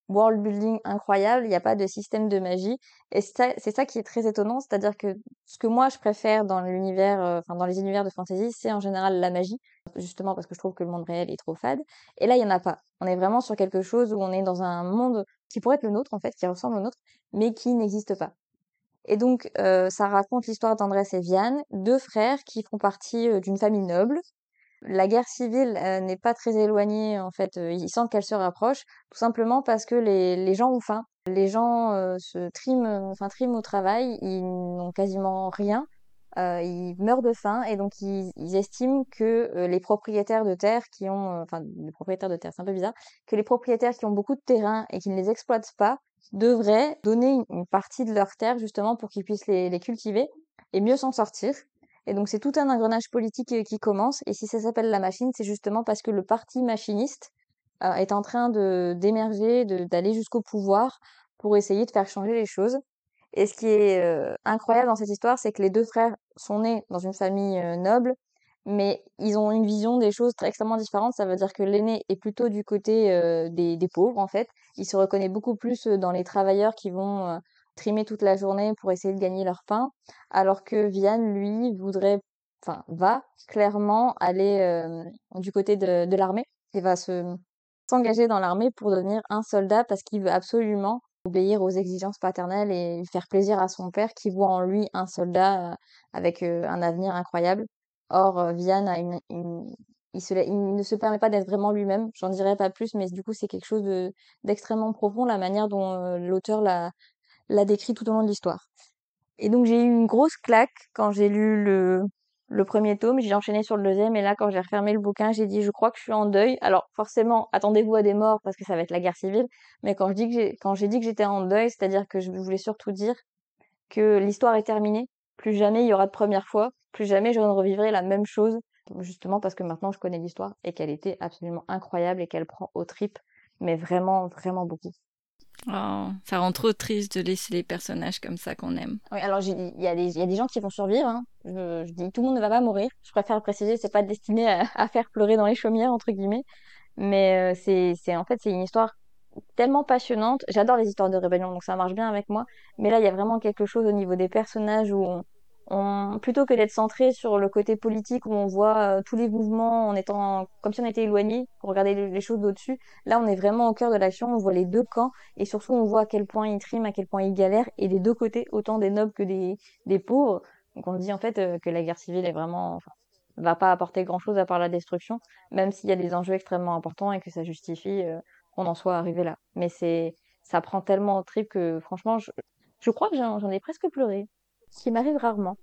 world building incroyable, il n'y a pas de système de magie. Et c'est ça, c'est ça qui est très étonnant, c'est-à-dire que ce que moi je préfère dans l'univers, euh, enfin dans les univers de fantasy, c'est en général la magie, justement parce que je trouve que le monde réel est trop fade. Et là, il y en a pas. On est vraiment sur quelque chose où on est dans un monde qui pourrait être le nôtre en fait, qui ressemble au nôtre, mais qui n'existe pas. Et donc, euh, ça raconte l'histoire d'Andrés et Vianne, deux frères qui font partie euh, d'une famille noble. La guerre civile euh, n'est pas très éloignée, en fait, euh, ils sentent qu'elle se rapproche, tout simplement parce que les, les gens ont faim. Les gens euh, se triment, enfin, triment au travail, ils n'ont quasiment rien, euh, ils meurent de faim, et donc ils, ils estiment que euh, les propriétaires de terre qui ont, euh, enfin, les propriétaires de terre, c'est un peu bizarre, que les propriétaires qui ont beaucoup de terrain et qui ne les exploitent pas devraient donner une, une partie de leurs terres justement pour qu'ils puissent les, les cultiver et mieux s'en sortir. Et donc c'est tout un engrenage politique euh, qui commence. Et si ça s'appelle la machine, c'est justement parce que le parti machiniste euh, est en train de d'émerger, de d'aller jusqu'au pouvoir pour essayer de faire changer les choses. Et ce qui est euh, incroyable dans cette histoire, c'est que les deux frères sont nés dans une famille euh, noble, mais ils ont une vision des choses très extrêmement différente. Ça veut dire que l'aîné est plutôt du côté euh, des, des pauvres, en fait. Il se reconnaît beaucoup plus euh, dans les travailleurs qui vont euh, trimer toute la journée pour essayer de gagner leur pain, alors que Vianne, lui, voudrait, enfin, va clairement aller euh, du côté de, de l'armée. Il va se s'engager dans l'armée pour devenir un soldat parce qu'il veut absolument obéir aux exigences paternelles et faire plaisir à son père qui voit en lui un soldat euh, avec euh, un avenir incroyable. Or, euh, Vianne a une, une- il, se, la- il ne se permet pas d'être vraiment lui-même. J'en dirai pas plus, mais du coup, c'est quelque chose de d'extrêmement profond, la manière dont euh, l'auteur l'a l'a décrit tout au long de l'histoire. Et donc j'ai eu une grosse claque quand j'ai lu le, le premier tome, j'ai enchaîné sur le deuxième, et là quand j'ai refermé le bouquin, j'ai dit je crois que je suis en deuil. Alors forcément, attendez-vous à des morts parce que ça va être la guerre civile, mais quand je dis que j'ai, quand j'ai dit que j'étais en deuil, c'est-à-dire que je voulais surtout dire que l'histoire est terminée, plus jamais il y aura de première fois, plus jamais je ne revivrai la même chose, justement parce que maintenant je connais l'histoire et qu'elle était absolument incroyable et qu'elle prend aux tripes, mais vraiment, vraiment beaucoup. Oh, ça rend trop triste de laisser les personnages comme ça qu'on aime. Oui, alors j'ai- il y a des, il y a des gens qui vont survivre, hein. Je, je dis tout le monde ne va pas mourir. Je préfère préciser, c'est pas destiné à, à faire pleurer dans les chaumières entre guillemets, mais euh, c'est, c'est en fait c'est une histoire tellement passionnante. J'adore les histoires de rébellion, donc ça marche bien avec moi. Mais là, il y a vraiment quelque chose au niveau des personnages où on, on- plutôt que d'être centré sur le côté politique où on voit euh, tous les mouvements en étant comme si on était éloigné pour regarder les, les choses d'au-dessus. Là, on est vraiment au cœur de l'action. On voit les deux camps et surtout on voit à quel point ils triment, à quel point ils galèrent et des deux côtés, autant des nobles que des, des pauvres. Donc on se dit en fait euh, que la guerre civile est vraiment, enfin, va pas apporter grand-chose à part la destruction, même s'il y a des enjeux extrêmement importants et que ça justifie euh, qu'on en soit arrivé là. Mais c'est, ça prend tellement au trip que franchement, je, je crois que j'en, j'en ai presque pleuré, ce qui m'arrive rarement.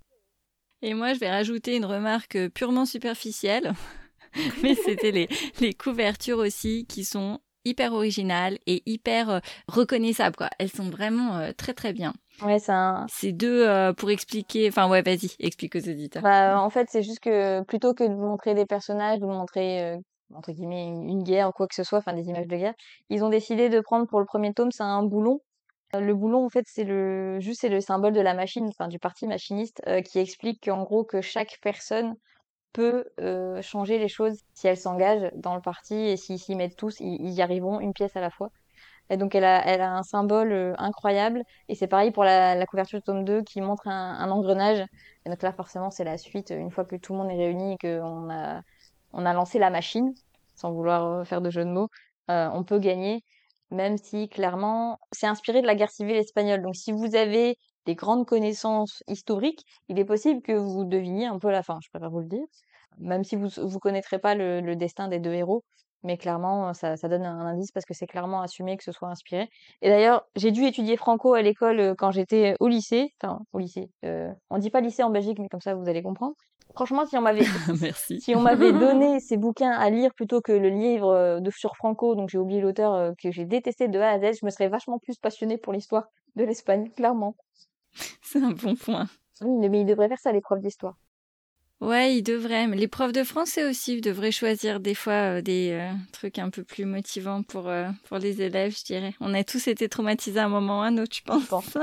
Et moi, je vais rajouter une remarque euh, purement superficielle, mais c'était les, les couvertures aussi qui sont hyper originales et hyper euh, reconnaissables, quoi. Elles sont vraiment euh, très très bien. Ouais, c'est un... C'est deux euh, pour expliquer. Enfin, ouais, vas-y, explique aux éditeurs. Bah, en fait, c'est juste que plutôt que de montrer des personnages, de montrer euh, entre guillemets une, une guerre ou quoi que ce soit, enfin des images de guerre, ils ont décidé de prendre pour le premier tome, c'est un boulon. Euh, Le boulon, en fait, c'est le juste c'est le symbole de la machine, enfin du parti machiniste, euh, qui explique qu'en gros que chaque personne peut euh, changer les choses si elle s'engage dans le parti et s'ils s'y mettent tous, ils, ils y arriveront une pièce à la fois. Et donc elle a, elle a un symbole euh, incroyable. Et c'est pareil pour la, la couverture du tome deux qui montre un, un engrenage. Et donc là, forcément, c'est la suite. Une fois que tout le monde est réuni et qu'on a, on a lancé la machine, sans vouloir euh, faire de jeu de mots, euh, on peut gagner, même si clairement, c'est inspiré de la guerre civile espagnole. Donc si vous avez des grandes connaissances historiques, il est possible que vous deviniez un peu la fin, je préfère vous le dire. Même si vous vous connaîtrez pas le, le destin des deux héros, mais clairement, ça, ça donne un indice parce que c'est clairement assumé que ce soit inspiré. Et d'ailleurs, j'ai dû étudier franco à l'école euh, quand j'étais au lycée. Enfin, au lycée. Euh, on dit pas lycée en Belgique, mais comme ça, vous allez comprendre. Franchement, si on m'avait, Merci. si on m'avait donné ces bouquins à lire plutôt que le livre euh, de sur Franco, donc j'ai oublié l'auteur euh, que j'ai détesté de A à Z, je me serais vachement plus passionnée pour l'histoire de l'Espagne, clairement. C'est un bon point. Oui, mais il devrait faire ça, les profs d'histoire. Ouais, ils devraient. Mais les profs de français aussi devraient choisir des fois euh, des euh, trucs un peu plus motivants pour, euh, pour les élèves, je dirais. On a tous été traumatisés à un moment ou à un autre, je pense. Je pense.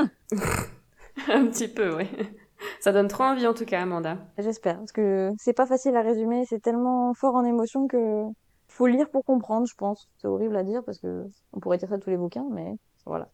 Un petit peu, ouais. Ça donne trop envie en tout cas, Amanda. J'espère, parce que c'est pas facile à résumer, c'est tellement fort en émotion que faut lire pour comprendre, je pense. C'est horrible à dire parce que on pourrait dire ça de tous les bouquins, mais voilà.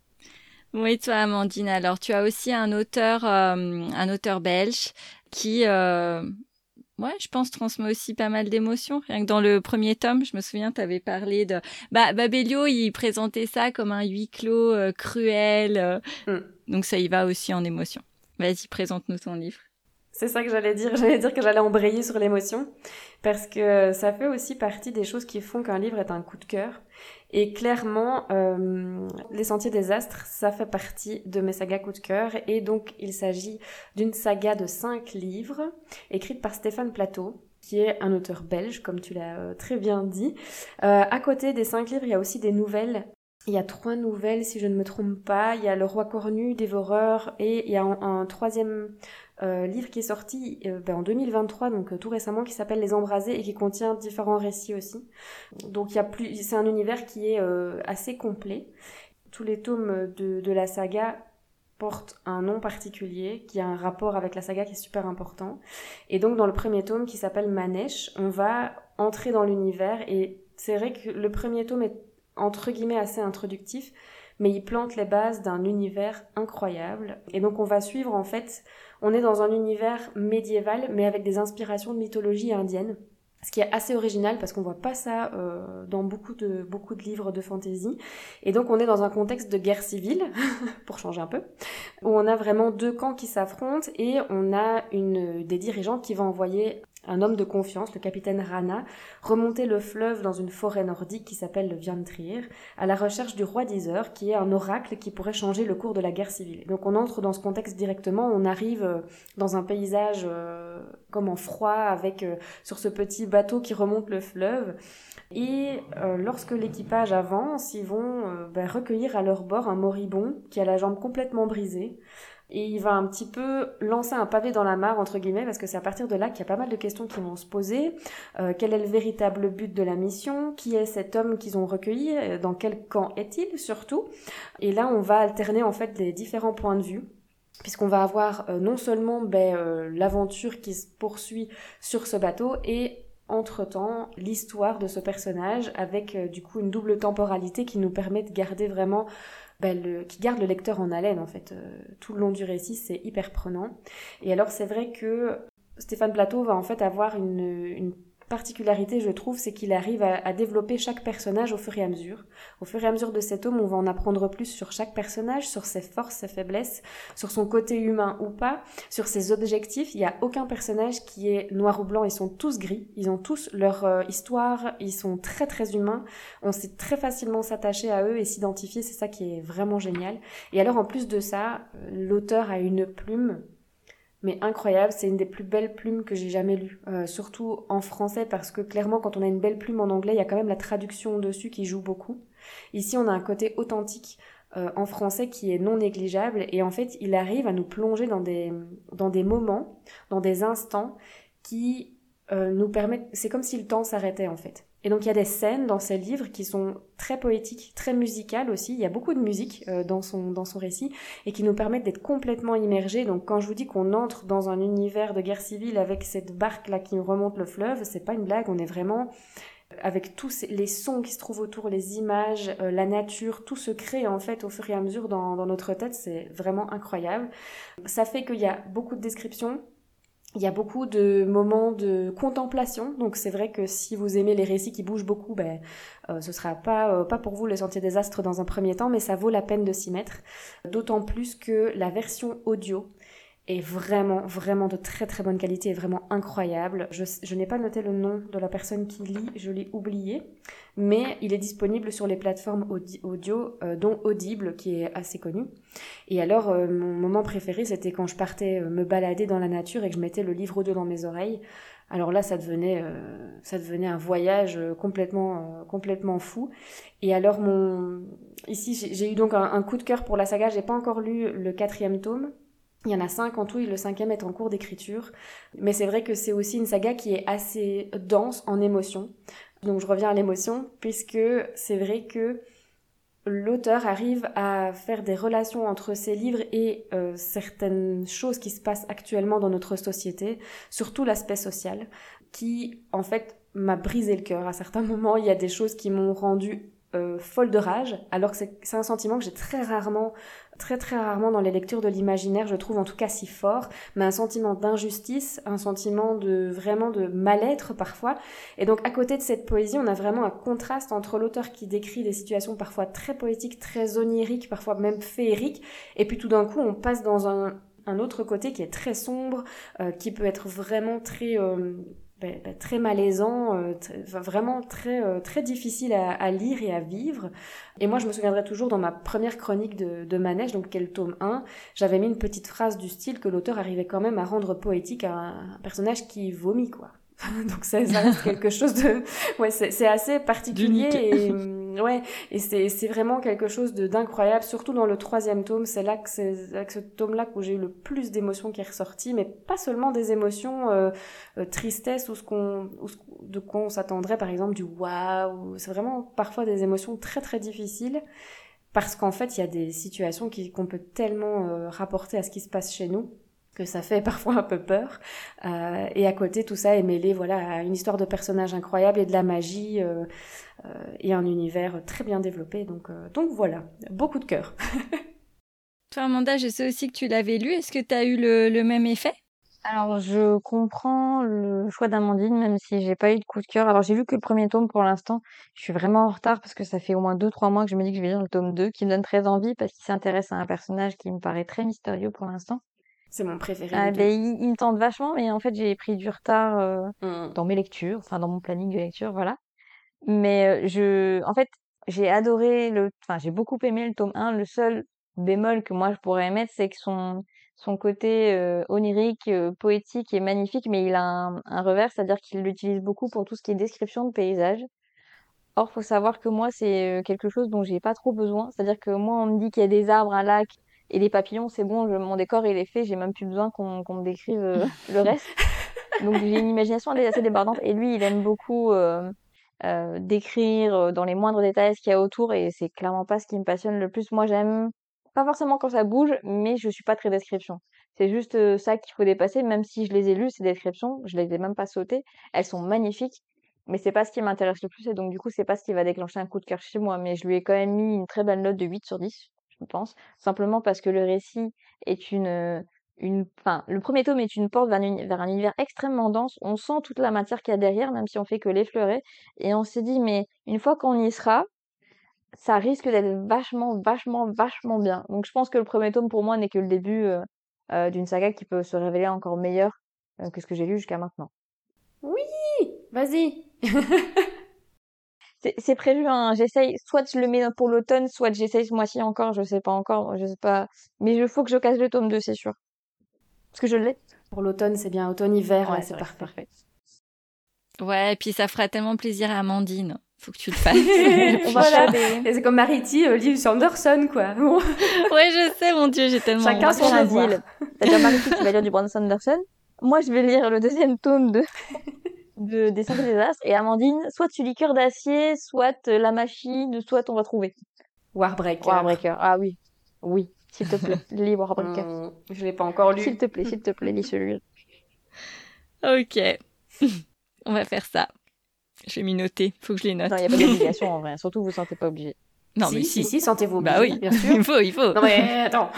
Oui, toi, Amandine, alors tu as aussi un auteur, euh, un auteur belge qui, euh, ouais, je pense, transmet aussi pas mal d'émotions. Rien que dans le premier tome, je me souviens, tu avais parlé de... Bah, Babelio, il présentait ça comme un huis clos euh, cruel. euh, Mm. Donc ça y va aussi en émotion. Vas-y, présente-nous ton livre. C'est ça que j'allais dire. J'allais dire que j'allais embrayer sur l'émotion parce que ça fait aussi partie des choses qui font qu'un livre est un coup de cœur. Et clairement, euh, Les Sentiers des Astres, ça fait partie de mes sagas coup de cœur. Et donc, il s'agit d'une saga de cinq livres écrite par Stéphane Plateau, qui est un auteur belge, comme tu l'as euh, très bien dit. Euh, à côté des cinq livres, il y a aussi des nouvelles. Il y a trois nouvelles, si je ne me trompe pas. Il y a Le Roi Cornu, Dévoreur, et il y a un, un troisième euh, livre qui est sorti euh, ben, en deux mille vingt-trois, donc euh, tout récemment, qui s'appelle Les Embrasés et qui contient différents récits aussi. Donc il y a plus, c'est un univers qui est euh, assez complet. Tous les tomes de, de la saga portent un nom particulier, qui a un rapport avec la saga qui est super important. Et donc dans le premier tome, qui s'appelle Manèche, on va entrer dans l'univers, et c'est vrai que le premier tome est entre guillemets assez introductif, mais il plante les bases d'un univers incroyable. Et donc on va suivre, en fait, on est dans un univers médiéval, mais avec des inspirations de mythologie indienne, ce qui est assez original parce qu'on voit pas ça euh, dans beaucoup de, beaucoup de livres de fantasy. Et donc on est dans un contexte de guerre civile, pour changer un peu, où on a vraiment deux camps qui s'affrontent, et on a une, des dirigeants qui vont envoyer un homme de confiance, le capitaine Rana, remonter le fleuve dans une forêt nordique qui s'appelle le Viantrir, à la recherche du roi d'Iseur, qui est un oracle qui pourrait changer le cours de la guerre civile. Donc on entre dans ce contexte directement, on arrive dans un paysage euh, comme en froid, avec euh, sur ce petit bateau qui remonte le fleuve. Et euh, lorsque l'équipage avance, ils vont euh, ben, recueillir à leur bord un moribond qui a la jambe complètement brisée. Et il va un petit peu lancer un pavé dans la mare, entre guillemets, parce que c'est à partir de là qu'il y a pas mal de questions qui vont se poser. Euh, quel est le véritable but de la mission? Qui est cet homme qu'ils ont recueilli? Dans quel camp est-il, surtout? Et là, on va alterner, en fait, les différents points de vue, puisqu'on va avoir euh, non seulement ben, euh, l'aventure qui se poursuit sur ce bateau, et entre-temps, l'histoire de ce personnage, avec euh, du coup une double temporalité qui nous permet de garder vraiment... Ben, le, qui garde le lecteur en haleine, en fait. Euh, tout le long du récit, c'est hyper prenant. Et alors, c'est vrai que Stéphane Plateau va en fait avoir une, une particularité, je trouve, c'est qu'il arrive à, à développer chaque personnage au fur et à mesure. Au fur et à mesure de cet tome, on va en apprendre plus sur chaque personnage, sur ses forces, ses faiblesses, sur son côté humain ou pas, sur ses objectifs. Il n'y a aucun personnage qui est noir ou blanc, ils sont tous gris, ils ont tous leur euh, histoire, ils sont très très humains, on sait très facilement s'attacher à eux et s'identifier, c'est ça qui est vraiment génial. Et alors en plus de ça, l'auteur a une plume mais incroyable, c'est une des plus belles plumes que j'ai jamais lues, euh, surtout en français, parce que clairement quand on a une belle plume en anglais, il y a quand même la traduction dessus qui joue beaucoup. Ici on a un côté authentique euh, en français qui est non négligeable, et en fait il arrive à nous plonger dans des, dans des moments, dans des instants qui euh, nous permettent, c'est comme si le temps s'arrêtait en fait. Et donc il y a des scènes dans ces livres qui sont très poétiques, très musicales aussi, il y a beaucoup de musique euh, dans son, dans son récit, et qui nous permettent d'être complètement immergés. Donc quand je vous dis qu'on entre dans un univers de guerre civile avec cette barque-là qui remonte le fleuve, c'est pas une blague, on est vraiment... avec tous les sons qui se trouvent autour, les images, euh, la nature, tout se crée en fait au fur et à mesure dans, dans notre tête, c'est vraiment incroyable. Ça fait qu'il y a beaucoup de descriptions, il y a beaucoup de moments de contemplation, donc c'est vrai que si vous aimez les récits qui bougent beaucoup, ben, euh, ce sera pas, euh, pas pour vous le Sentier des Astres dans un premier temps, mais ça vaut la peine de s'y mettre, d'autant plus que la version audio est vraiment, vraiment de très très bonne qualité et vraiment incroyable. Je, je n'ai pas noté le nom de la personne qui lit, je l'ai oublié, mais il est disponible sur les plateformes audi- audio, euh, dont Audible, qui est assez connu. Et alors, euh, mon moment préféré, c'était quand je partais euh, me balader dans la nature et que je mettais le livre audio dans mes oreilles. Alors là, ça devenait, euh, ça devenait un voyage euh, complètement, euh, complètement fou. Et alors, mon... ici, j'ai, j'ai eu donc un, un coup de cœur pour la saga. J'ai pas encore lu le quatrième tome. Il y en a cinq en tout et le cinquième est en cours d'écriture. Mais c'est vrai que c'est aussi une saga qui est assez dense en émotions. Donc je reviens à l'émotion, puisque c'est vrai que l'auteur arrive à faire des relations entre ses livres et euh, certaines choses qui se passent actuellement dans notre société, surtout l'aspect social, qui en fait m'a brisé le cœur. À certains moments, il y a des choses qui m'ont rendue euh, folle de rage, alors que c'est, c'est un sentiment que j'ai très rarement, très très rarement dans les lectures de l'imaginaire, je trouve en tout cas si fort, mais un sentiment d'injustice, un sentiment de vraiment de mal-être parfois. Et donc à côté de cette poésie, on a vraiment un contraste entre l'auteur qui décrit des situations parfois très poétiques, très oniriques, parfois même féeriques, et puis tout d'un coup on passe dans un, un autre côté qui est très sombre, euh, qui peut être vraiment très... Euh, Ben, ben, très malaisant, euh, t- vraiment très, euh, très difficile à, à lire et à vivre. Et moi, je me souviendrai toujours dans ma première chronique de, de Manège, donc qui est le tome un, j'avais mis une petite phrase du style que l'auteur arrivait quand même à rendre poétique à un, un personnage qui vomit, quoi. Donc ça, ça reste quelque chose de... Ouais, c'est, c'est assez particulier et... Ouais, et c'est, c'est vraiment quelque chose de, d'incroyable, surtout dans le troisième tome. C'est là que c'est avec ce tome-là que j'ai eu le plus d'émotions qui est ressorti, mais pas seulement des émotions euh, euh, tristesse ou ce qu'on, ou ce, de quoi on s'attendrait, par exemple du waouh. C'est vraiment parfois des émotions très très difficiles parce qu'en fait il y a des situations qui, qu'on peut tellement euh, rapporter à ce qui se passe chez nous que ça fait parfois un peu peur. Euh, et à côté, tout ça est mêlé, voilà, à une histoire de personnages incroyables et de la magie euh, euh, et un univers très bien développé. Donc, euh, donc voilà, beaucoup de cœur. Toi, Amanda, je sais aussi que tu l'avais lu. Est-ce que tu as eu le, le même effet? Alors, je comprends le choix d'Amandine, même si j'ai pas eu de coup de cœur. Alors, j'ai lu que le premier tome pour l'instant. Je suis vraiment en retard parce que ça fait au moins deux, trois mois que je me dis que je vais lire le tome deux, qui me donne très envie parce qu'il s'intéresse à un personnage qui me paraît très mystérieux pour l'instant. C'est mon préféré Ah, des deux. ben, il, il me tente vachement, mais en fait, j'ai pris du retard euh, Hum. dans mes lectures, enfin, dans mon planning de lecture, voilà. Mais euh, je, en fait, j'ai adoré le, enfin, j'ai beaucoup aimé le tome un. Le seul bémol que moi je pourrais mettre, c'est que son, son côté euh, onirique, euh, poétique est magnifique, mais il a un, un revers, c'est-à-dire qu'il l'utilise beaucoup pour tout ce qui est description de paysage. Or, faut savoir que moi, c'est euh, quelque chose dont j'ai pas trop besoin. C'est-à-dire que moi, on me dit qu'il y a des arbres, un lac et des papillons, c'est bon, je- mon décor il est fait, j'ai même plus besoin qu'on qu'on me décrive euh, le reste. Donc j'ai une imagination assez débordante et lui, il aime beaucoup euh, euh, décrire euh, dans les moindres détails ce qu'il y a autour et c'est clairement pas ce qui me passionne le plus. Moi, j'aime pas forcément quand ça bouge, mais je suis pas très description. C'est juste euh, ça qu'il faut dépasser, même si je les ai lues, ces descriptions, je les ai même pas sautées. Elles sont magnifiques, mais c'est pas ce qui m'intéresse le plus et donc du coup, c'est pas ce qui va déclencher un coup de cœur chez moi. Mais je lui ai quand même mis une très belle note de huit sur dix, je pense, simplement parce que le récit est une euh, une, enfin, le premier tome est une porte vers, un uni- vers un univers extrêmement dense. On sent toute la matière qu'il y a derrière, même si on fait que l'effleurer. Et on s'est dit, mais une fois qu'on y sera, ça risque d'être vachement, vachement, vachement bien. Donc je pense que le premier tome, pour moi, n'est que le début euh, euh, d'une saga qui peut se révéler encore meilleure euh, que ce que j'ai lu jusqu'à maintenant. Oui, vas-y. C'est c'est prévu, hein. J'essaye, soit je le mets pour l'automne, soit j'essaye ce mois-ci encore, je sais pas encore, je sais pas. Mais il faut que je casse le tome deux, c'est sûr. Parce que je l'ai. Pour l'automne, c'est bien. Automne-hiver, là, Ouais, c'est c'est vrai que c'est parfait. parfait. Ouais, et puis ça fera tellement plaisir à Amandine. Faut que tu le fasses. On va Voilà. faire des... Et c'est comme Mariti, euh, lit Sanderson, quoi. Bon. Ouais, je sais, mon Dieu, j'ai tellement Chacun honte. son faire un devoir. deal. C'est-à-dire Marie-Claude qui va lire du Brandon Sanderson. Moi, je vais lire le deuxième tome de, de Des Cinq Désastres. Et Amandine, soit tu lis Cœur d'acier, soit euh, La Machine, soit on va trouver. Warbreaker. Warbreaker. Ah oui. Oui, s'il te plaît. Lis Warbreaker. Hum, je l'ai pas encore S'il lu. te plaît, s'il te plaît, lis celui-là. Ok. On va faire ça. Je vais m'y noter. Faut que je les note. Non, il n'y a pas d'obligation en vrai. Surtout, vous vous sentez pas obligé. Non, si, mais si, si. si, sentez-vous Bah obligé, oui, bien sûr. il faut, il faut. Non mais attends.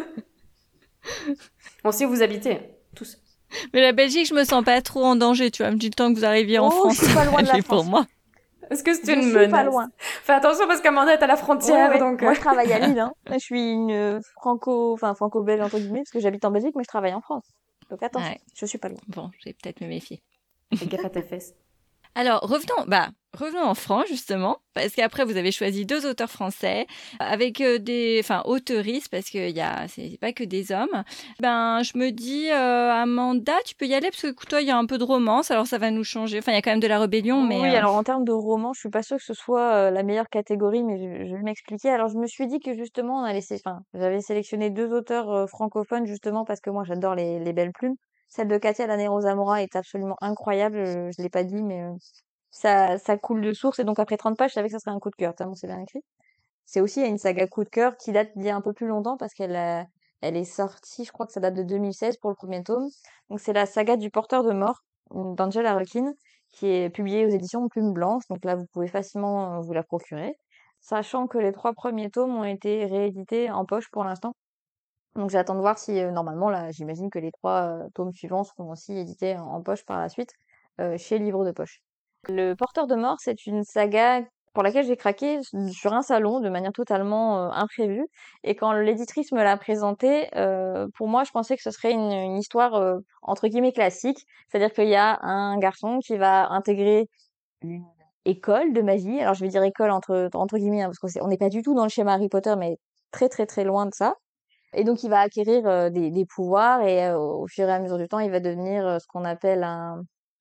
On sait où vous habitez, tous. Mais la Belgique, je me sens pas trop en danger, tu vois. Du temps que vous arriviez en Oh, France, je suis pas loin de la elle est pour France. moi. Est-ce que c'est Je une suis menace? pas loin. Fais attention parce qu'Amanda est à la frontière, Ouais, ouais. donc. Moi, euh, je travaille à Lille, hein. Je suis une euh, franco, enfin, franco-belge, entre guillemets, parce que j'habite en Belgique, mais je travaille en France. Donc, attention, Ouais. je suis pas loin. Bon, je vais peut-être me méfier. Fais gaffe à tes fesses. Alors, revenons, bah, revenons en France, justement, parce qu'après, vous avez choisi deux auteurs français, avec euh, des, enfin, auteuristes, parce que y a, c'est pas que des hommes. Ben, je me dis, euh, Amanda, tu peux y aller, parce que toi, il y a un peu de romance, alors ça va nous changer. Enfin, il y a quand même de la rébellion, mais... Oui, euh, alors en termes de roman, je suis pas sûre que ce soit euh, la meilleure catégorie, mais je, je vais m'expliquer. Alors, je me suis dit que justement, on allait, sé- enfin, j'avais sélectionné deux auteurs euh, francophones, justement, parce que moi, j'adore les, les belles plumes. Celle de Katia Lanero Zamora est absolument incroyable. euh, Je l'ai pas dit, mais euh, ça, ça coule de source. Et donc, après trente pages, je savais que ça serait un coup de cœur, tellement c'est bien écrit. C'est aussi une saga coup de cœur qui date d'il y a un peu plus longtemps parce qu'elle a- elle est sortie, je crois que ça date de deux mille seize pour le premier tome. Donc c'est la saga du porteur de mort d'Angela Harkin qui est publié aux éditions Plume Blanche. Donc là, vous pouvez facilement euh, vous la procurer. Sachant que les trois premiers tomes ont été réédités en poche pour l'instant. Donc j'attends de voir si, euh, normalement, là, j'imagine que les trois euh, tomes suivants seront aussi édités en, en poche par la suite euh, chez Livre de Poche. Le Porteur de Mort, c'est une saga pour laquelle j'ai craqué sur un salon de manière totalement euh, imprévue. Et quand l'éditrice me l'a présenté, euh, pour moi, je pensais que ce serait une, une histoire euh, entre guillemets classique. C'est-à-dire qu'il y a un garçon qui va intégrer une école de magie. Alors je vais dire école entre, entre guillemets, hein, parce qu'on n'est pas du tout dans le schéma Harry Potter, mais très très très loin de ça. Et donc il va acquérir euh, des, des pouvoirs et euh, au fur et à mesure du temps, il va devenir euh, ce qu'on appelle un,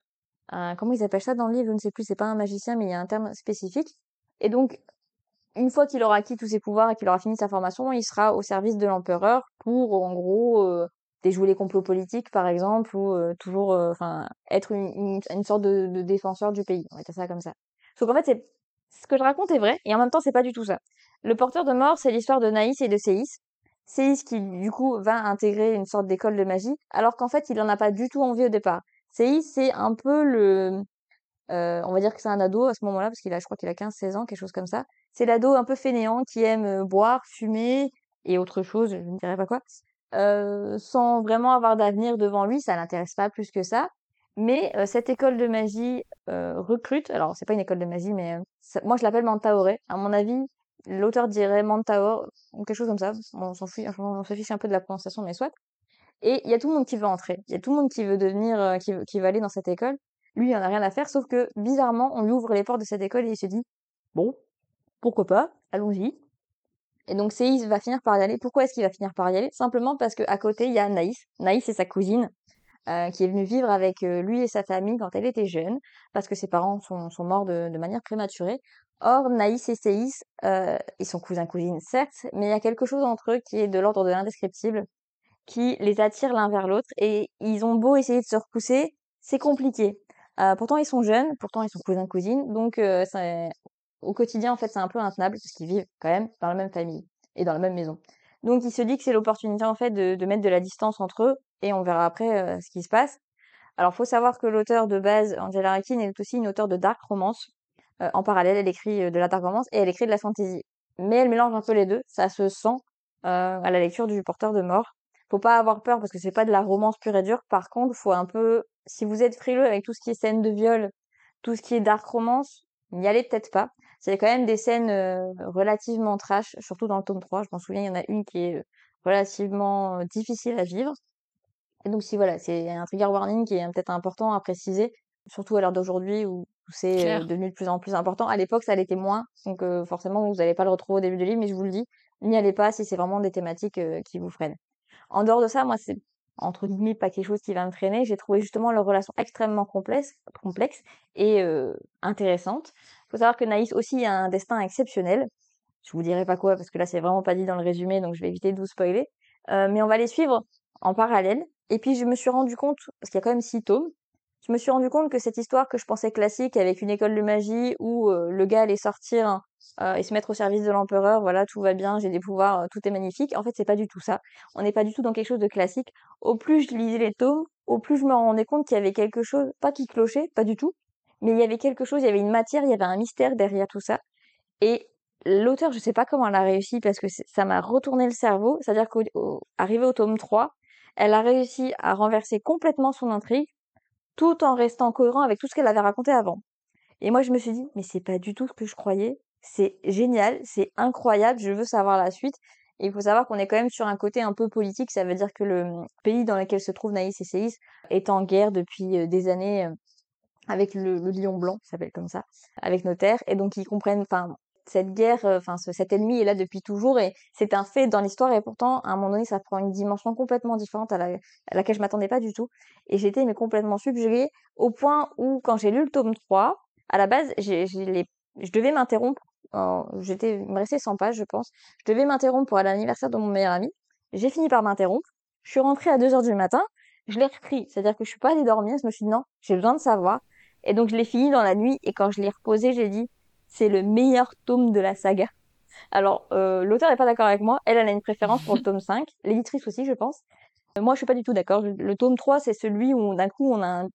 un... Comment ils appellent ça dans le livre? Je ne sais plus, c'est pas un magicien, mais il y a un terme spécifique. Et donc, une fois qu'il aura acquis tous ses pouvoirs et qu'il aura fini sa formation, il sera au service de l'empereur pour, en gros, euh, déjouer les complots politiques, par exemple, ou euh, toujours, euh, enfin, être une, une, une sorte de, de défenseur du pays. On va dire ça comme ça. Donc en fait, c'est ce que je raconte est vrai, et en même temps, c'est pas du tout ça. Le Porteur de Mort, c'est l'histoire de Naïs et de Séis. Séis qui, du coup, va intégrer une sorte d'école de magie, alors qu'en fait, il en a pas du tout envie au départ. Séis, c'est un peu le... Euh, on va dire que c'est un ado à ce moment-là, parce qu'il a, je crois qu'il a quinze seize ans, quelque chose comme ça. C'est l'ado un peu fainéant qui aime euh, boire, fumer et autre chose, je ne dirais pas quoi, euh, sans vraiment avoir d'avenir devant lui. Ça l'intéresse pas plus que ça. Mais euh, cette école de magie euh, recrute, alors c'est pas une école de magie, mais euh, ça- moi je l'appelle Mantaoré. À mon avis, l'auteur dirait Mantaor ou quelque chose comme ça. On s'en fiche, on se fiche un peu de la prononciation, mais soit. Et il y a tout le monde qui veut entrer. Il y a tout le monde qui veut devenir, euh, qui, veut- qui veut aller dans cette école. Lui, il en a rien à faire, sauf que bizarrement, on lui ouvre les portes de cette école et il se dit, bon, pourquoi pas, allons-y. Et donc Séis va finir par y aller. Pourquoi est-ce qu'il va finir par y aller? Simplement parce que à côté, il y a Naïs. Naïs, c'est sa cousine, euh, qui est venue vivre avec euh, lui et sa famille quand elle était jeune, parce que ses parents sont, sont morts de, de manière prématurée. Or, Naïs et Séis, euh, ils sont cousins-cousines, certes, mais il y a quelque chose entre eux qui est de l'ordre de l'indescriptible, qui les attire l'un vers l'autre, et ils ont beau essayer de se repousser, c'est compliqué. Euh, pourtant ils sont jeunes, pourtant ils sont cousins cousines, donc euh, c'est- au quotidien en fait c'est un peu intenable parce qu'ils vivent quand même dans la même famille et dans la même maison. Donc il se dit que c'est l'opportunité en fait de, de mettre de la distance entre eux et on verra après euh, ce qui se passe. Alors faut savoir que l'auteur de base, Angela Rackin, est aussi une auteure de dark romance. Euh, en parallèle, elle écrit euh, de la dark romance et elle écrit de la fantasy. Mais elle mélange un peu les deux, ça se sent euh, à la lecture du Porteur de Mort. Faut pas avoir peur parce que c'est pas de la romance pure et dure. Par contre, faut un peu, si vous êtes frileux avec tout ce qui est scène de viol, tout ce qui est dark romance, n'y allez peut-être pas. C'est quand même des scènes euh, relativement trash, surtout dans le tome trois. Je m'en souviens, il y en a une qui est euh, relativement euh, difficile à vivre. Et donc si voilà, c'est un trigger warning qui est peut-être important à préciser, surtout à l'heure d'aujourd'hui où c'est euh, Claire. devenu de plus en plus important. À l'époque, ça l'était moins, donc euh, forcément, vous n'allez pas le retrouver au début du livre, mais je vous le dis, n'y allez pas si c'est vraiment des thématiques euh, qui vous freinent. En dehors de ça, moi, c'est entre guillemets pas quelque chose qui va me freiner. J'ai trouvé justement leur relation extrêmement complexe, complexe et euh, intéressante. Faut savoir que Naïs aussi a un destin exceptionnel. Je vous dirai pas quoi parce que là, c'est vraiment pas dit dans le résumé, donc je vais éviter de vous spoiler. Euh, mais on va les suivre en parallèle. Et puis je me suis rendu compte, parce qu'il y a quand même six tomes, je me suis rendu compte que cette histoire que je pensais classique avec une école de magie où euh, le gars allait sortir hein, euh, et se mettre au service de l'empereur, voilà, tout va bien, j'ai des pouvoirs, euh, tout est magnifique. En fait, c'est pas du tout ça. On n'est pas du tout dans quelque chose de classique. Au plus je lisais les tomes, au plus je me rendais compte qu'il y avait quelque chose, pas qui clochait, pas du tout, mais il y avait quelque chose, il y avait une matière, il y avait un mystère derrière tout ça. Et l'auteur, je sais pas comment elle a réussi parce que c'est- ça m'a retourné le cerveau. C'est-à-dire qu'arrivée au tome trois, elle a réussi à renverser complètement son intrigue tout en restant cohérent avec tout ce qu'elle avait raconté avant. Et moi, je me suis dit, mais c'est pas du tout ce que je croyais. C'est génial, c'est incroyable, je veux savoir la suite. Et il faut savoir qu'on est quand même sur un côté un peu politique. Ça veut dire que le pays dans lequel se trouve Naïs et Séis est en guerre depuis euh, des années euh, avec le, le lion blanc, qui s'appelle comme ça, avec nos terres. Et donc, ils comprennent, enfin, cette guerre, euh, enfin, ce, cet ennemi est là depuis toujours et c'est un fait dans l'histoire et pourtant, à un moment donné, ça prend une dimension complètement différente à, la, à laquelle je m'attendais pas du tout. Et j'étais, mais complètement subjuguée au point où, quand j'ai lu le tome trois, à la base, j'ai, j'ai les, je devais m'interrompre. euh, j'étais, il me restait cent pages, je pense. Je devais m'interrompre pour aller à l'anniversaire de mon meilleur ami. J'ai fini par m'interrompre. Je suis rentrée à deux heures du matin. Je l'ai repris. C'est-à-dire que je suis pas allée dormir. Je me suis dit non, j'ai besoin de savoir. Et donc je l'ai fini dans la nuit et quand je l'ai reposé, j'ai dit c'est le meilleur tome de la saga. Alors euh, l'auteur n'est pas d'accord avec moi, elle, elle a une préférence pour le tome cinq, l'éditrice aussi je pense. Euh, moi je suis pas du tout d'accord. Le tome trois c'est celui où d'un coup on a un,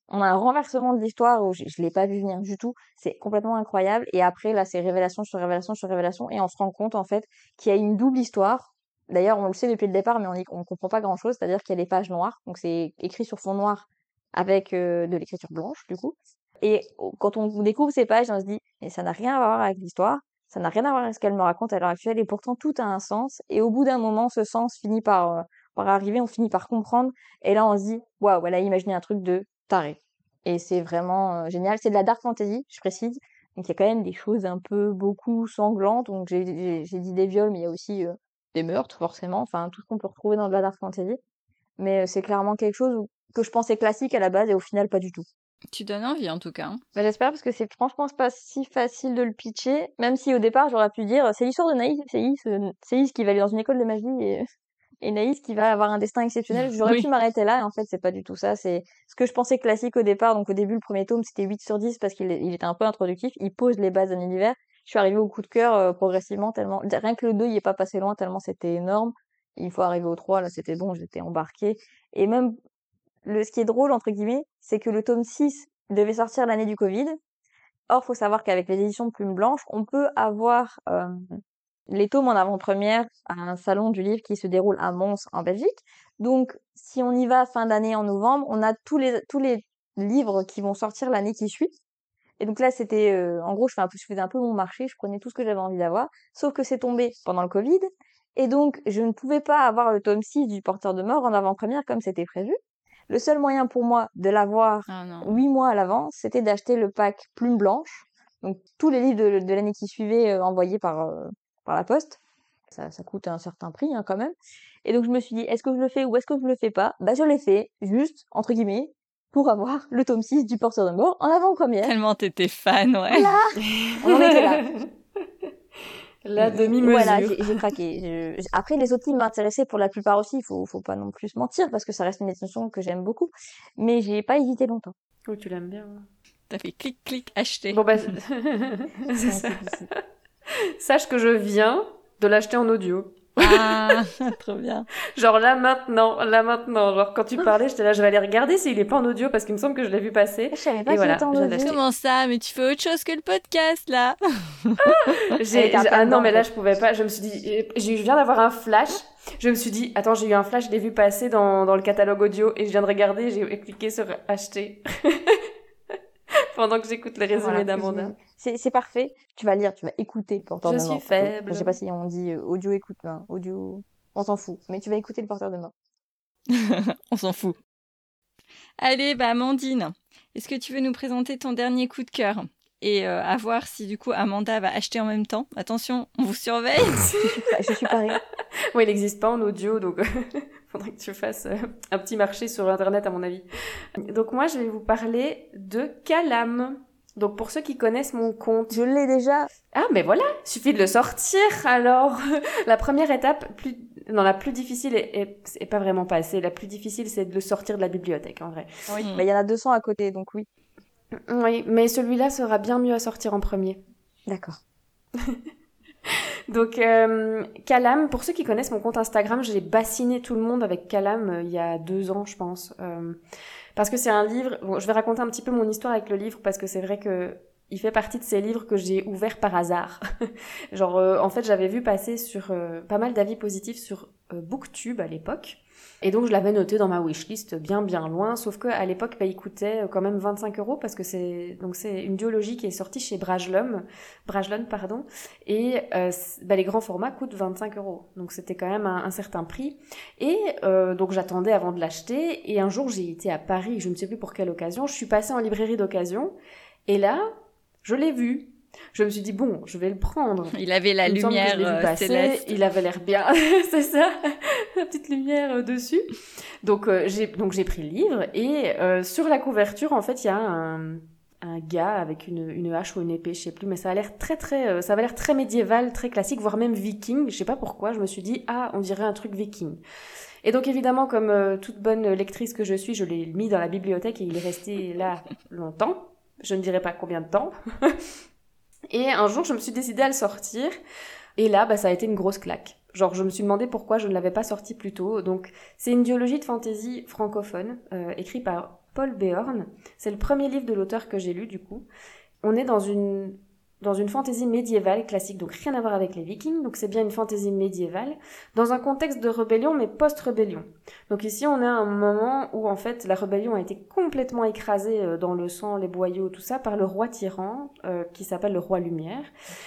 On a un renversement de l'histoire où je, je l'ai pas vu venir du tout. C'est complètement incroyable. Et après, là, c'est révélation sur révélation sur révélation. Et on se rend compte, en fait, qu'il y a une double histoire. D'ailleurs, on le sait depuis le départ, mais on y, on comprend pas grand-chose. C'est-à-dire qu'il y a des pages noires. Donc, c'est écrit sur fond noir avec euh, de l'écriture blanche, du coup. Et oh, quand on découvre ces pages, on se dit, mais ça n'a rien à voir avec l'histoire. Ça n'a rien à voir avec ce qu'elle me raconte à l'heure actuelle. Et pourtant, tout a un sens. Et au bout d'un moment, ce sens finit par, euh, par arriver. On finit par comprendre. Et là, on se dit, waouh, elle a imaginé un truc de taré. Et c'est vraiment euh, génial. C'est de la dark fantasy, je précise. Donc il y a quand même des choses un peu beaucoup sanglantes. Donc j'ai j'ai j'ai dit des viols, mais il y a aussi euh, des meurtres forcément. Enfin tout ce qu'on peut retrouver dans de la dark fantasy. Mais euh, c'est clairement quelque chose où- que je pensais classique à la base et au final pas du tout. Tu donnes envie en tout cas. Hein. Bah, j'espère parce que c'est franchement c'est pas si facile de le pitcher. Même si au départ j'aurais pu dire c'est l'histoire de Naïs, c'est Is, euh, c'est Is qui va aller dans une école de magie et et Naïs qui va avoir un destin exceptionnel. J'aurais Oui. pu m'arrêter là, et en fait, c'est pas du tout ça. C'est ce que je pensais classique au départ. Donc, au début, le premier tome, c'était huit sur dix parce qu'il est- il était un peu introductif. Il pose les bases d'un univers. Je suis arrivée au coup de cœur euh, progressivement, tellement. Rien que le deux, il est pas passé loin, tellement c'était énorme. Il faut arriver au trois, là, c'était bon, j'étais embarquée. Et même, le, ce qui est drôle, entre guillemets, c'est que le tome six devait sortir l'année du Covid. Or, faut savoir qu'avec les éditions de Plume Blanche, on peut avoir euh, les tomes en avant-première à un salon du livre qui se déroule à Mons en Belgique. Donc, si on y va fin d'année en novembre, on a tous les tous les livres qui vont sortir l'année qui suit. Et donc là, c'était euh, en gros, je fais un peu, je faisais un peu mon marché, je prenais tout ce que j'avais envie d'avoir. Sauf que c'est tombé pendant le Covid, et donc je ne pouvais pas avoir le tome six du Porteur de Mort en avant-première comme c'était prévu. Le seul moyen pour moi de l'avoir Ah non. huit mois à l'avance, c'était d'acheter le pack Plume Blanche, donc tous les livres de, de l'année qui suivait euh, envoyés par euh, par la poste. Ça, ça coûte un certain prix hein, quand même. Et donc je me suis dit, est-ce que je le fais ou est-ce que je le fais pas? Bah je l'ai fait, juste, entre guillemets, pour avoir le tome six du Porteur de Mort en avant-première. Tellement t'étais fan, ouais. Voilà, on en était là. La Et- et demi-mesure. Voilà, j'ai j'ai craqué. Je- je- Après, les autres livres m'intéressaient pour la plupart aussi, faut, faut pas non plus se mentir, parce que ça reste une édition que j'aime beaucoup. Mais j'ai pas hésité longtemps. Oh, tu l'aimes bien. hein. T'as fait clic, clic, acheter. Bon, bah, C'est c'est un ça. souci. Sache que je viens de l'acheter en audio. Ah, trop bien. Genre là maintenant, là maintenant. Genre quand tu parlais, j'étais là, je vais aller regarder s'il est pas en audio parce qu'il me semble que je l'ai vu passer. Je savais pas Et qu'il voilà, était en je l'ai audio. acheté. Comment ça? Mais tu fais autre chose que le podcast, là. J'ai, Elle était à j'ai- plein ah dedans, non, mais en là fait. je pouvais pas. Je me suis dit, j'ai- je viens d'avoir un flash. Je me suis dit, attends, j'ai eu un flash, je l'ai vu passer dans, dans le catalogue audio et je viens de regarder, j'ai cliqué sur acheter. Pendant que j'écoute les résumés Voilà. d'Amanda. C'est c'est parfait. Tu vas lire, tu vas écouter le Porteur Je de suis Mort. plutôt. faible. Je sais pas si on dit euh, audio écoute, hein, audio, on s'en fout. Mais tu vas écouter le Porteur de Mort. On s'en fout. Allez, bah Amandine, est-ce que tu veux nous présenter ton dernier coup de cœur? Et euh, à voir si du coup Amanda va acheter en même temps. Attention, on vous surveille. Je suis, prêt- je suis parée. Ouais, il n'existe pas en audio, donc faudrait que tu fasses euh, un petit marché sur Internet, à mon avis. Donc moi, je vais vous parler de Calam. Donc pour ceux qui connaissent mon compte... Je l'ai déjà. Ah, mais voilà, suffit de le sortir, alors. La première étape, plus... non, la plus difficile est, est, est pas vraiment passée. La plus difficile, c'est de le sortir de la bibliothèque, en vrai. Oui. Mais il y en a deux cents à côté, donc oui. Oui, mais celui-là sera bien mieux à sortir en premier. D'accord. Donc, euh, Calam, pour ceux qui connaissent mon compte Instagram, j'ai bassiné tout le monde avec Calam euh, il y a deux ans, je pense. Euh, parce que c'est un livre... Bon, je vais raconter un petit peu mon histoire avec le livre, parce que c'est vrai que il fait partie de ces livres que j'ai ouverts par hasard. Genre, euh, en fait, j'avais vu passer sur euh, pas mal d'avis positifs sur euh, Booktube à l'époque. Et donc, je l'avais noté dans ma wishlist bien, bien loin. Sauf qu'à l'époque, bah, il coûtait quand même vingt-cinq euros parce que c'est, donc c'est une duologie qui est sortie chez Brajlon, Brajlon, pardon. Et, euh, bah, les grands formats coûtent vingt-cinq euros. Donc, c'était quand même un, un certain prix. Et, euh, donc, j'attendais avant de l'acheter. Et un jour, j'ai été à Paris, je ne sais plus pour quelle occasion. Je suis passée en librairie d'occasion. Et là, je l'ai vu. Je me suis dit, bon, je vais le prendre. Il avait la Il me semble que lumière je l'ai vu euh, passer, céleste. il avait l'air bien, c'est ça, la petite lumière euh, dessus. Donc euh, j'ai donc j'ai pris le livre et euh, sur la couverture en fait il y a un un gars avec une une hache ou une épée, je sais plus, mais ça a l'air très très euh, ça avait l'air très médiéval, très classique, voire même viking. Je sais pas pourquoi, je me suis dit ah on dirait un truc viking. Et donc évidemment comme euh, toute bonne lectrice que je suis, je l'ai mis dans la bibliothèque et il est resté là longtemps. Je ne dirai pas combien de temps. Et un jour, je me suis décidée à le sortir. Et là, bah, ça a été une grosse claque. Genre, je me suis demandé pourquoi je ne l'avais pas sorti plus tôt. Donc, c'est une duologie de fantasy francophone, euh, écrite par, Paul Béorn. C'est le premier livre de l'auteur que j'ai lu du coup. On est dans une, dans une fantaisie médiévale classique, donc rien à voir avec les Vikings, donc c'est bien une fantaisie médiévale, dans un contexte de rébellion mais post-rébellion. Donc ici on est à un moment où en fait la rébellion a été complètement écrasée dans le sang, les boyaux, tout ça, par le roi tyran euh, qui s'appelle le roi Lumière.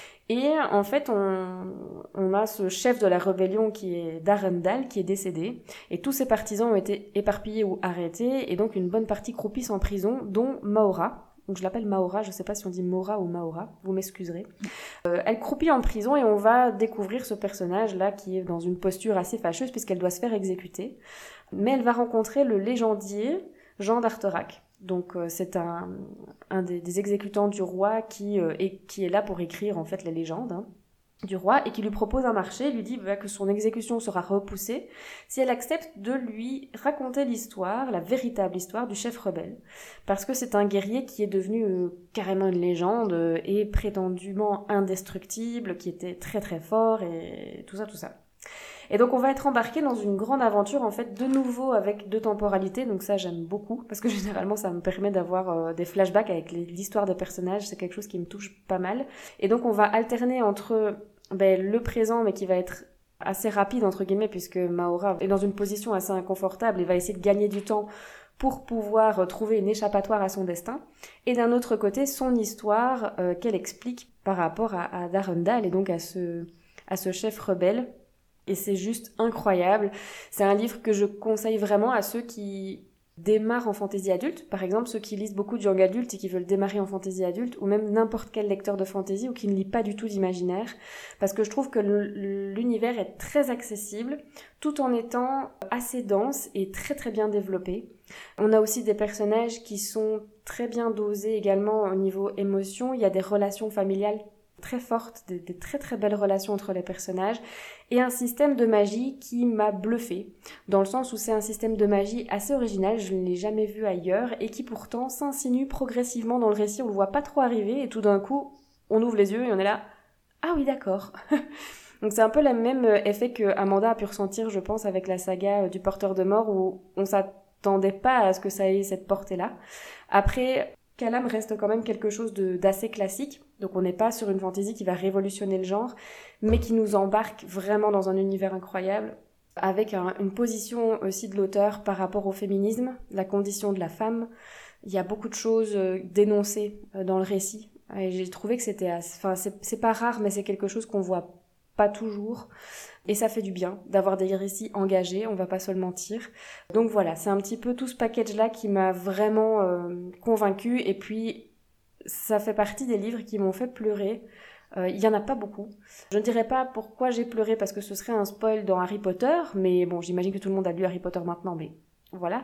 Et en fait, on, on a ce chef de la rébellion qui est Darendal, qui est décédé, et tous ses partisans ont été éparpillés ou arrêtés, et donc une bonne partie croupissent en prison, dont Maora. Donc je l'appelle Maora, je ne sais pas si on dit Mora ou Maora, vous m'excuserez. Euh, elle croupit en prison et on va découvrir ce personnage-là qui est dans une posture assez fâcheuse puisqu'elle doit se faire exécuter. Mais elle va rencontrer le légendier Jean d'Arterac. Donc euh, c'est un, un des, des exécutants du roi qui, euh, est, qui est là pour écrire en fait les légendes hein, du roi et qui lui propose un marché, lui dit bah, que son exécution sera repoussée si elle accepte de lui raconter l'histoire, la véritable histoire du chef rebelle. Parce que c'est un guerrier qui est devenu euh, carrément une légende euh, et prétendument indestructible, qui était très très fort et tout ça, tout ça. Et donc on va être embarqué dans une grande aventure en fait de nouveau avec deux temporalités, donc ça j'aime beaucoup parce que généralement ça me permet d'avoir euh, des flashbacks avec les, l'histoire des personnages, c'est quelque chose qui me touche pas mal. Et donc on va alterner entre ben, le présent mais qui va être assez rapide entre guillemets puisque Maora est dans une position assez inconfortable et va essayer de gagner du temps pour pouvoir trouver une échappatoire à son destin, et d'un autre côté son histoire euh, qu'elle explique par rapport à, à Darendal et donc à ce, à ce chef rebelle. Et c'est juste incroyable. C'est un livre que je conseille vraiment à ceux qui démarrent en fantaisie adulte. Par exemple, ceux qui lisent beaucoup de young adulte et qui veulent démarrer en fantaisie adulte, ou même n'importe quel lecteur de fantaisie ou qui ne lit pas du tout d'imaginaire. Parce que je trouve que l'univers est très accessible, tout en étant assez dense et très très bien développé. On a aussi des personnages qui sont très bien dosés également au niveau émotion. Il y a des relations familiales très fortes, des, des très très belles relations entre les personnages, et un système de magie qui m'a bluffé, dans le sens où c'est un système de magie assez original, je ne l'ai jamais vu ailleurs, et qui pourtant s'insinue progressivement dans le récit, on le voit pas trop arriver, et tout d'un coup, on ouvre les yeux et on est là, ah oui d'accord. Donc c'est un peu le même effet que Amanda a pu ressentir, je pense, avec la saga du Porteur de Mort, où on s'attendait pas à ce que ça ait cette portée-là. Après, Calam reste quand même quelque chose de, d'assez classique, donc on n'est pas sur une fantaisie qui va révolutionner le genre, mais qui nous embarque vraiment dans un univers incroyable, avec un, une position aussi de l'auteur par rapport au féminisme, la condition de la femme. Il y a beaucoup de choses euh, dénoncées euh, dans le récit, et j'ai trouvé que c'était, enfin c'est, c'est pas rare, mais c'est quelque chose qu'on voit pas toujours, et ça fait du bien d'avoir des récits engagés, on va pas se le mentir. Donc voilà, c'est un petit peu tout ce package-là qui m'a vraiment euh, convaincue, et puis ça fait partie des livres qui m'ont fait pleurer. Euh, il y en a pas beaucoup. Je ne dirais pas pourquoi j'ai pleuré, parce que ce serait un spoil dans Harry Potter, mais bon, j'imagine que tout le monde a lu Harry Potter maintenant, mais voilà.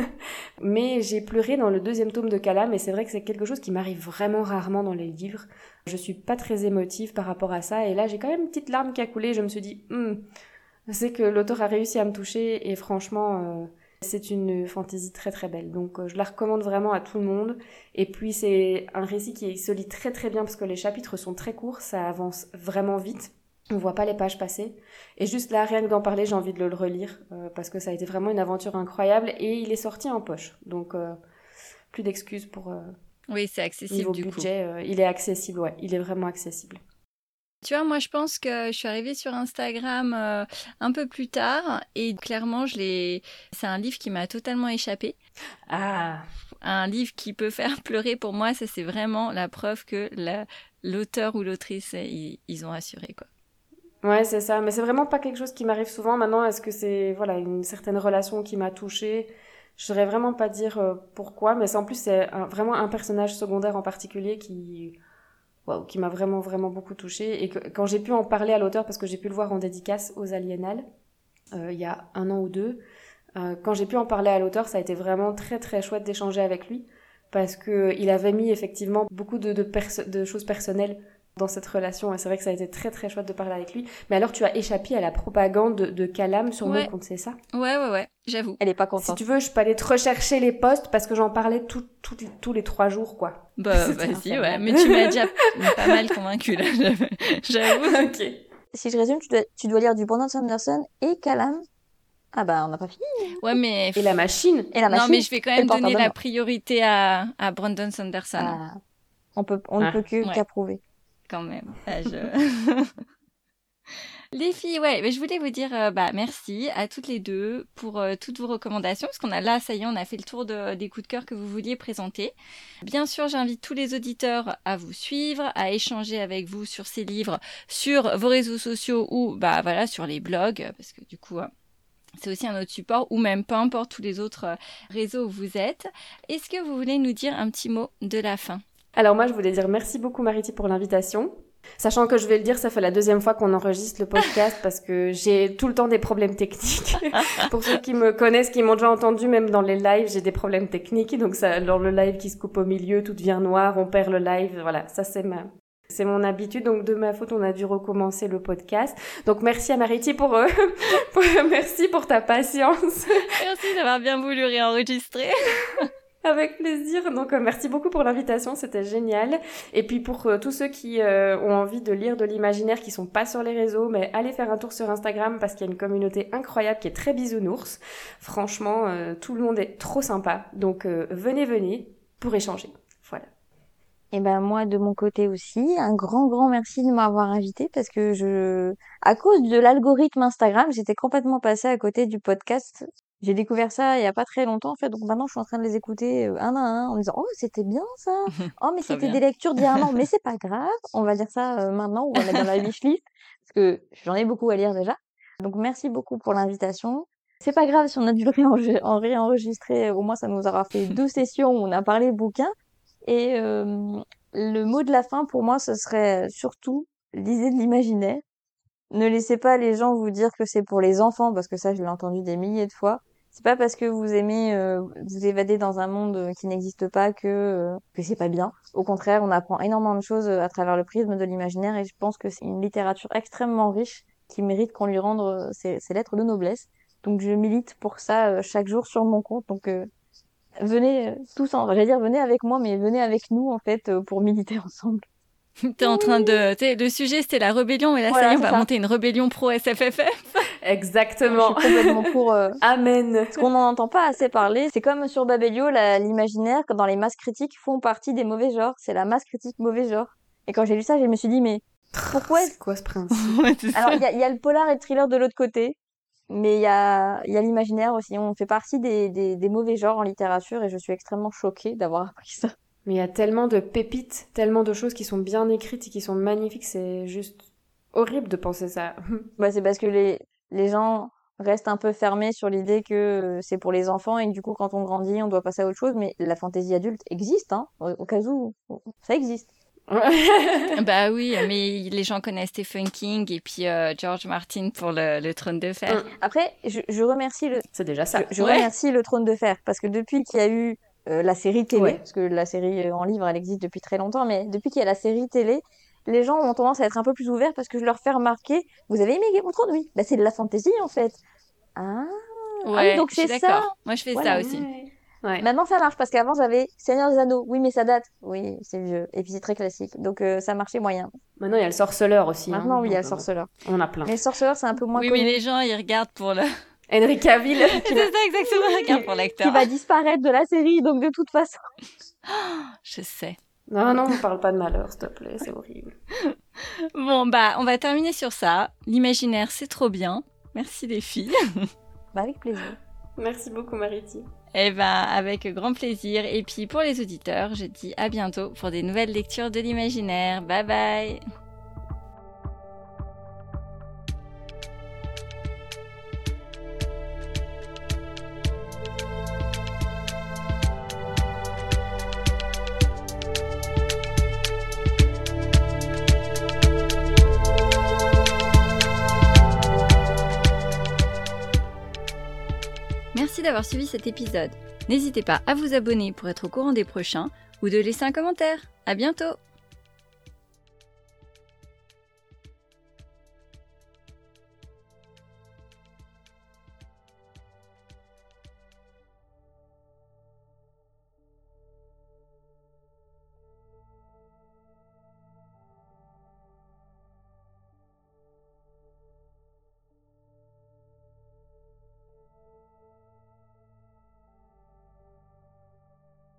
Mais j'ai pleuré dans le deuxième tome de Calam, et c'est vrai que c'est quelque chose qui m'arrive vraiment rarement dans les livres. Je suis pas très émotive par rapport à ça, et là j'ai quand même une petite larme qui a coulé. Je me suis dit, hm, c'est que l'auteur a réussi à me toucher, et franchement, euh, c'est une fantaisie très très belle. Donc euh, je la recommande vraiment à tout le monde. Et puis c'est un récit qui se lit très très bien, parce que les chapitres sont très courts, ça avance vraiment vite. On voit pas les pages passer. Et juste là, rien que d'en parler, j'ai envie de le relire, euh, parce que ça a été vraiment une aventure incroyable, et il est sorti en poche. Donc, euh, plus d'excuses pour... Euh, oui, c'est accessible niveau du budget, coup. Euh, il est accessible, ouais. Il est vraiment accessible. Tu vois, moi, je pense que je suis arrivée sur Instagram euh, un peu plus tard, et clairement, je l'ai... c'est un livre qui m'a totalement échappé. Ah, un livre qui peut faire pleurer, pour moi, ça, c'est vraiment la preuve que la... l'auteur ou l'autrice, ils, ils ont assuré, quoi. Ouais, c'est ça. Mais c'est vraiment pas quelque chose qui m'arrive souvent. Maintenant, est-ce que c'est voilà une certaine relation qui m'a touchée? Je saurais vraiment pas dire euh, pourquoi, mais c'est, en plus, c'est un, vraiment un personnage secondaire en particulier qui, wow, qui m'a vraiment, vraiment beaucoup touchée. Et que, quand j'ai pu en parler à l'auteur, parce que j'ai pu le voir en dédicace aux Aliénales, euh, il y a un an ou deux, euh, quand j'ai pu en parler à l'auteur, ça a été vraiment très, très chouette d'échanger avec lui, parce que il avait mis effectivement beaucoup de, de, perso- de choses personnelles dans cette relation, et c'est vrai que ça a été très très chouette de parler avec lui. Mais alors tu as échappé à la propagande de, de Calam sur ouais. mon compte, c'est ça? Ouais, ouais, ouais, j'avoue. Elle est pas contente. Si tu veux, je peux aller te rechercher les posts, parce que j'en parlais tout, tout, tous les trois jours, quoi. Bah vas-y, ouais, mais tu m'as déjà pas mal convaincue là, j'avoue. Ok. Si je résume, tu dois, tu dois lire du Brandon Sanderson et Calam, Ah bah, on n'a pas fini. Ouais, mais... Et la machine. Et la machine. Non, mais je vais quand et même le porteur donner de la mort. priorité à, à Brandon Sanderson, Ah, on peut, on ne Ah, peut que, ouais. qu'approuver. quand même. Là, je... Les filles, ouais, mais je voulais vous dire euh, bah, merci à toutes les deux pour euh, toutes vos recommandations, parce qu'on a là, ça y est, on a fait le tour de, des coups de cœur que vous vouliez présenter. Bien sûr, j'invite tous les auditeurs à vous suivre, à échanger avec vous sur ces livres, sur vos réseaux sociaux ou bah voilà sur les blogs, parce que du coup... Euh, c'est aussi un autre support, ou même peu importe tous les autres euh, réseaux où vous êtes. Est-ce que vous voulez nous dire un petit mot de la fin ? Alors moi, je voulais dire merci beaucoup Mariti pour l'invitation. Sachant que je vais le dire, ça fait la deuxième fois qu'on enregistre le podcast parce que j'ai tout le temps des problèmes techniques. Pour ceux qui me connaissent, qui m'ont déjà entendu, même dans les lives, j'ai des problèmes techniques. Donc ça, dans le live qui se coupe au milieu, tout devient noir, on perd le live. Voilà, ça c'est ma... C'est mon habitude, donc de ma faute, on a dû recommencer le podcast. Donc merci à Mariti pour, euh, pour merci pour ta patience. Merci d'avoir bien voulu réenregistrer. Avec plaisir. Donc euh, merci beaucoup pour l'invitation, c'était génial. Et puis pour euh, tous ceux qui euh, ont envie de lire de l'imaginaire, qui sont pas sur les réseaux, mais allez faire un tour sur Instagram parce qu'il y a une communauté incroyable qui est très bisounours. Franchement, euh, tout le monde est trop sympa. Donc euh, venez, venez pour échanger. Voilà. Et ben moi de mon côté aussi, un grand grand merci de m'avoir invité parce que je, à cause de l'algorithme Instagram, j'étais complètement passée à côté du podcast. J'ai découvert ça il y a pas très longtemps en fait, donc maintenant je suis en train de les écouter euh, un à un en disant oh c'était bien ça, oh mais Très c'était bien. des lectures d'il y a un an, mais c'est pas grave, on va dire ça euh, maintenant, on va mettre dans la wishlist parce que j'en ai beaucoup à lire déjà. Donc merci beaucoup pour l'invitation. C'est pas grave si on a dû le réenre- en réenregistrer, au moins ça nous aura fait deux sessions où on a parlé bouquin. Et euh, le mot de la fin pour moi, ce serait surtout lisez de l'imaginaire. Ne laissez pas les gens vous dire que c'est pour les enfants, parce que ça, je l'ai entendu des milliers de fois. C'est pas parce que vous aimez euh, vous évader dans un monde qui n'existe pas que euh, que c'est pas bien. Au contraire, on apprend énormément de choses à travers le prisme de l'imaginaire, et je pense que c'est une littérature extrêmement riche qui mérite qu'on lui rende euh, ses, ses lettres de noblesse. Donc je milite pour ça euh, chaque jour sur mon compte. Donc euh, venez euh, tous, en... j'allais dire venez avec moi, mais venez avec nous en fait euh, pour militer ensemble. T'es en train de... T'sais, le sujet, c'était la rébellion, et là, Voilà, ça y est, on c'est va ça. monter une rébellion pro-S F F F. Exactement. Je suis complètement pour... euh, Amen. Ce qu'on n'en entend pas assez parler, c'est comme sur Babelio, la- l'imaginaire, que dans les masses critiques, font partie des mauvais genres. C'est la masse critique mauvais genre. Et quand j'ai lu ça, je me suis dit, mais pourquoi est-ce... C'est quoi ce principe? Ouais, c'est ça. Alors, il y a, il y a le polar et le thriller de l'autre côté, mais il y a, il y a l'imaginaire aussi. On fait partie des, des, des mauvais genres en littérature, et je suis extrêmement choquée d'avoir appris ça. Mais il y a tellement de pépites, tellement de choses qui sont bien écrites et qui sont magnifiques, c'est juste horrible de penser ça. Bah, c'est parce que les, les gens restent un peu fermés sur l'idée que euh, c'est pour les enfants et que du coup, quand on grandit, on doit passer à autre chose. Mais la fantaisie adulte existe, hein, au, au cas où, ça existe. Bah oui, mais les gens connaissent Stephen King et puis euh, George Martin pour le, le Trône de Fer. Mm. Après, je, je remercie le, C'est déjà ça. je, je Ouais. remercie le Trône de Fer parce que depuis qu'il y a eu euh, la série télé, Ouais. parce que la série euh, en livre, elle existe depuis très longtemps, mais depuis qu'il y a la série télé, les gens ont tendance à être un peu plus ouverts parce que je leur fais remarquer, vous avez aimé Game of Thrones? Oui, bah c'est de la fantaisie en fait. Ah, Ouais, oui, donc je suis c'est d'accord. ça. Moi, je fais Voilà. ça aussi. Ouais. Ouais. Maintenant ça marche parce qu'avant j'avais Seigneur des Anneaux. Oui, mais ça date. Oui, c'est vieux. Et puis c'est très classique. Donc euh, ça marchait moyen. Maintenant, il y a le sorceleur aussi. Maintenant, hein. oui, il y a le Donc, sorceleur. On a plein. Mais le sorceleur, c'est un peu moins Oui, connu. mais les gens, ils regardent pour le... Henry Cavill. C'est ça, exactement, ils regardent pour Qui l'acteur. va disparaître de la série, donc de toute façon. Je sais. Non, non, on parle pas de malheur, s'il te plaît, c'est horrible. Bon, bah, on va terminer sur ça. L'imaginaire, c'est trop bien. Merci les filles. Bah, avec plaisir. Merci beaucoup, Mariti. Eh ben, avec grand plaisir. Et puis, pour les auditeurs, je dis à bientôt pour des nouvelles lectures de l'imaginaire. Bye bye. Merci d'avoir suivi cet épisode. N'hésitez pas à vous abonner pour être au courant des prochains ou de laisser un commentaire. À bientôt!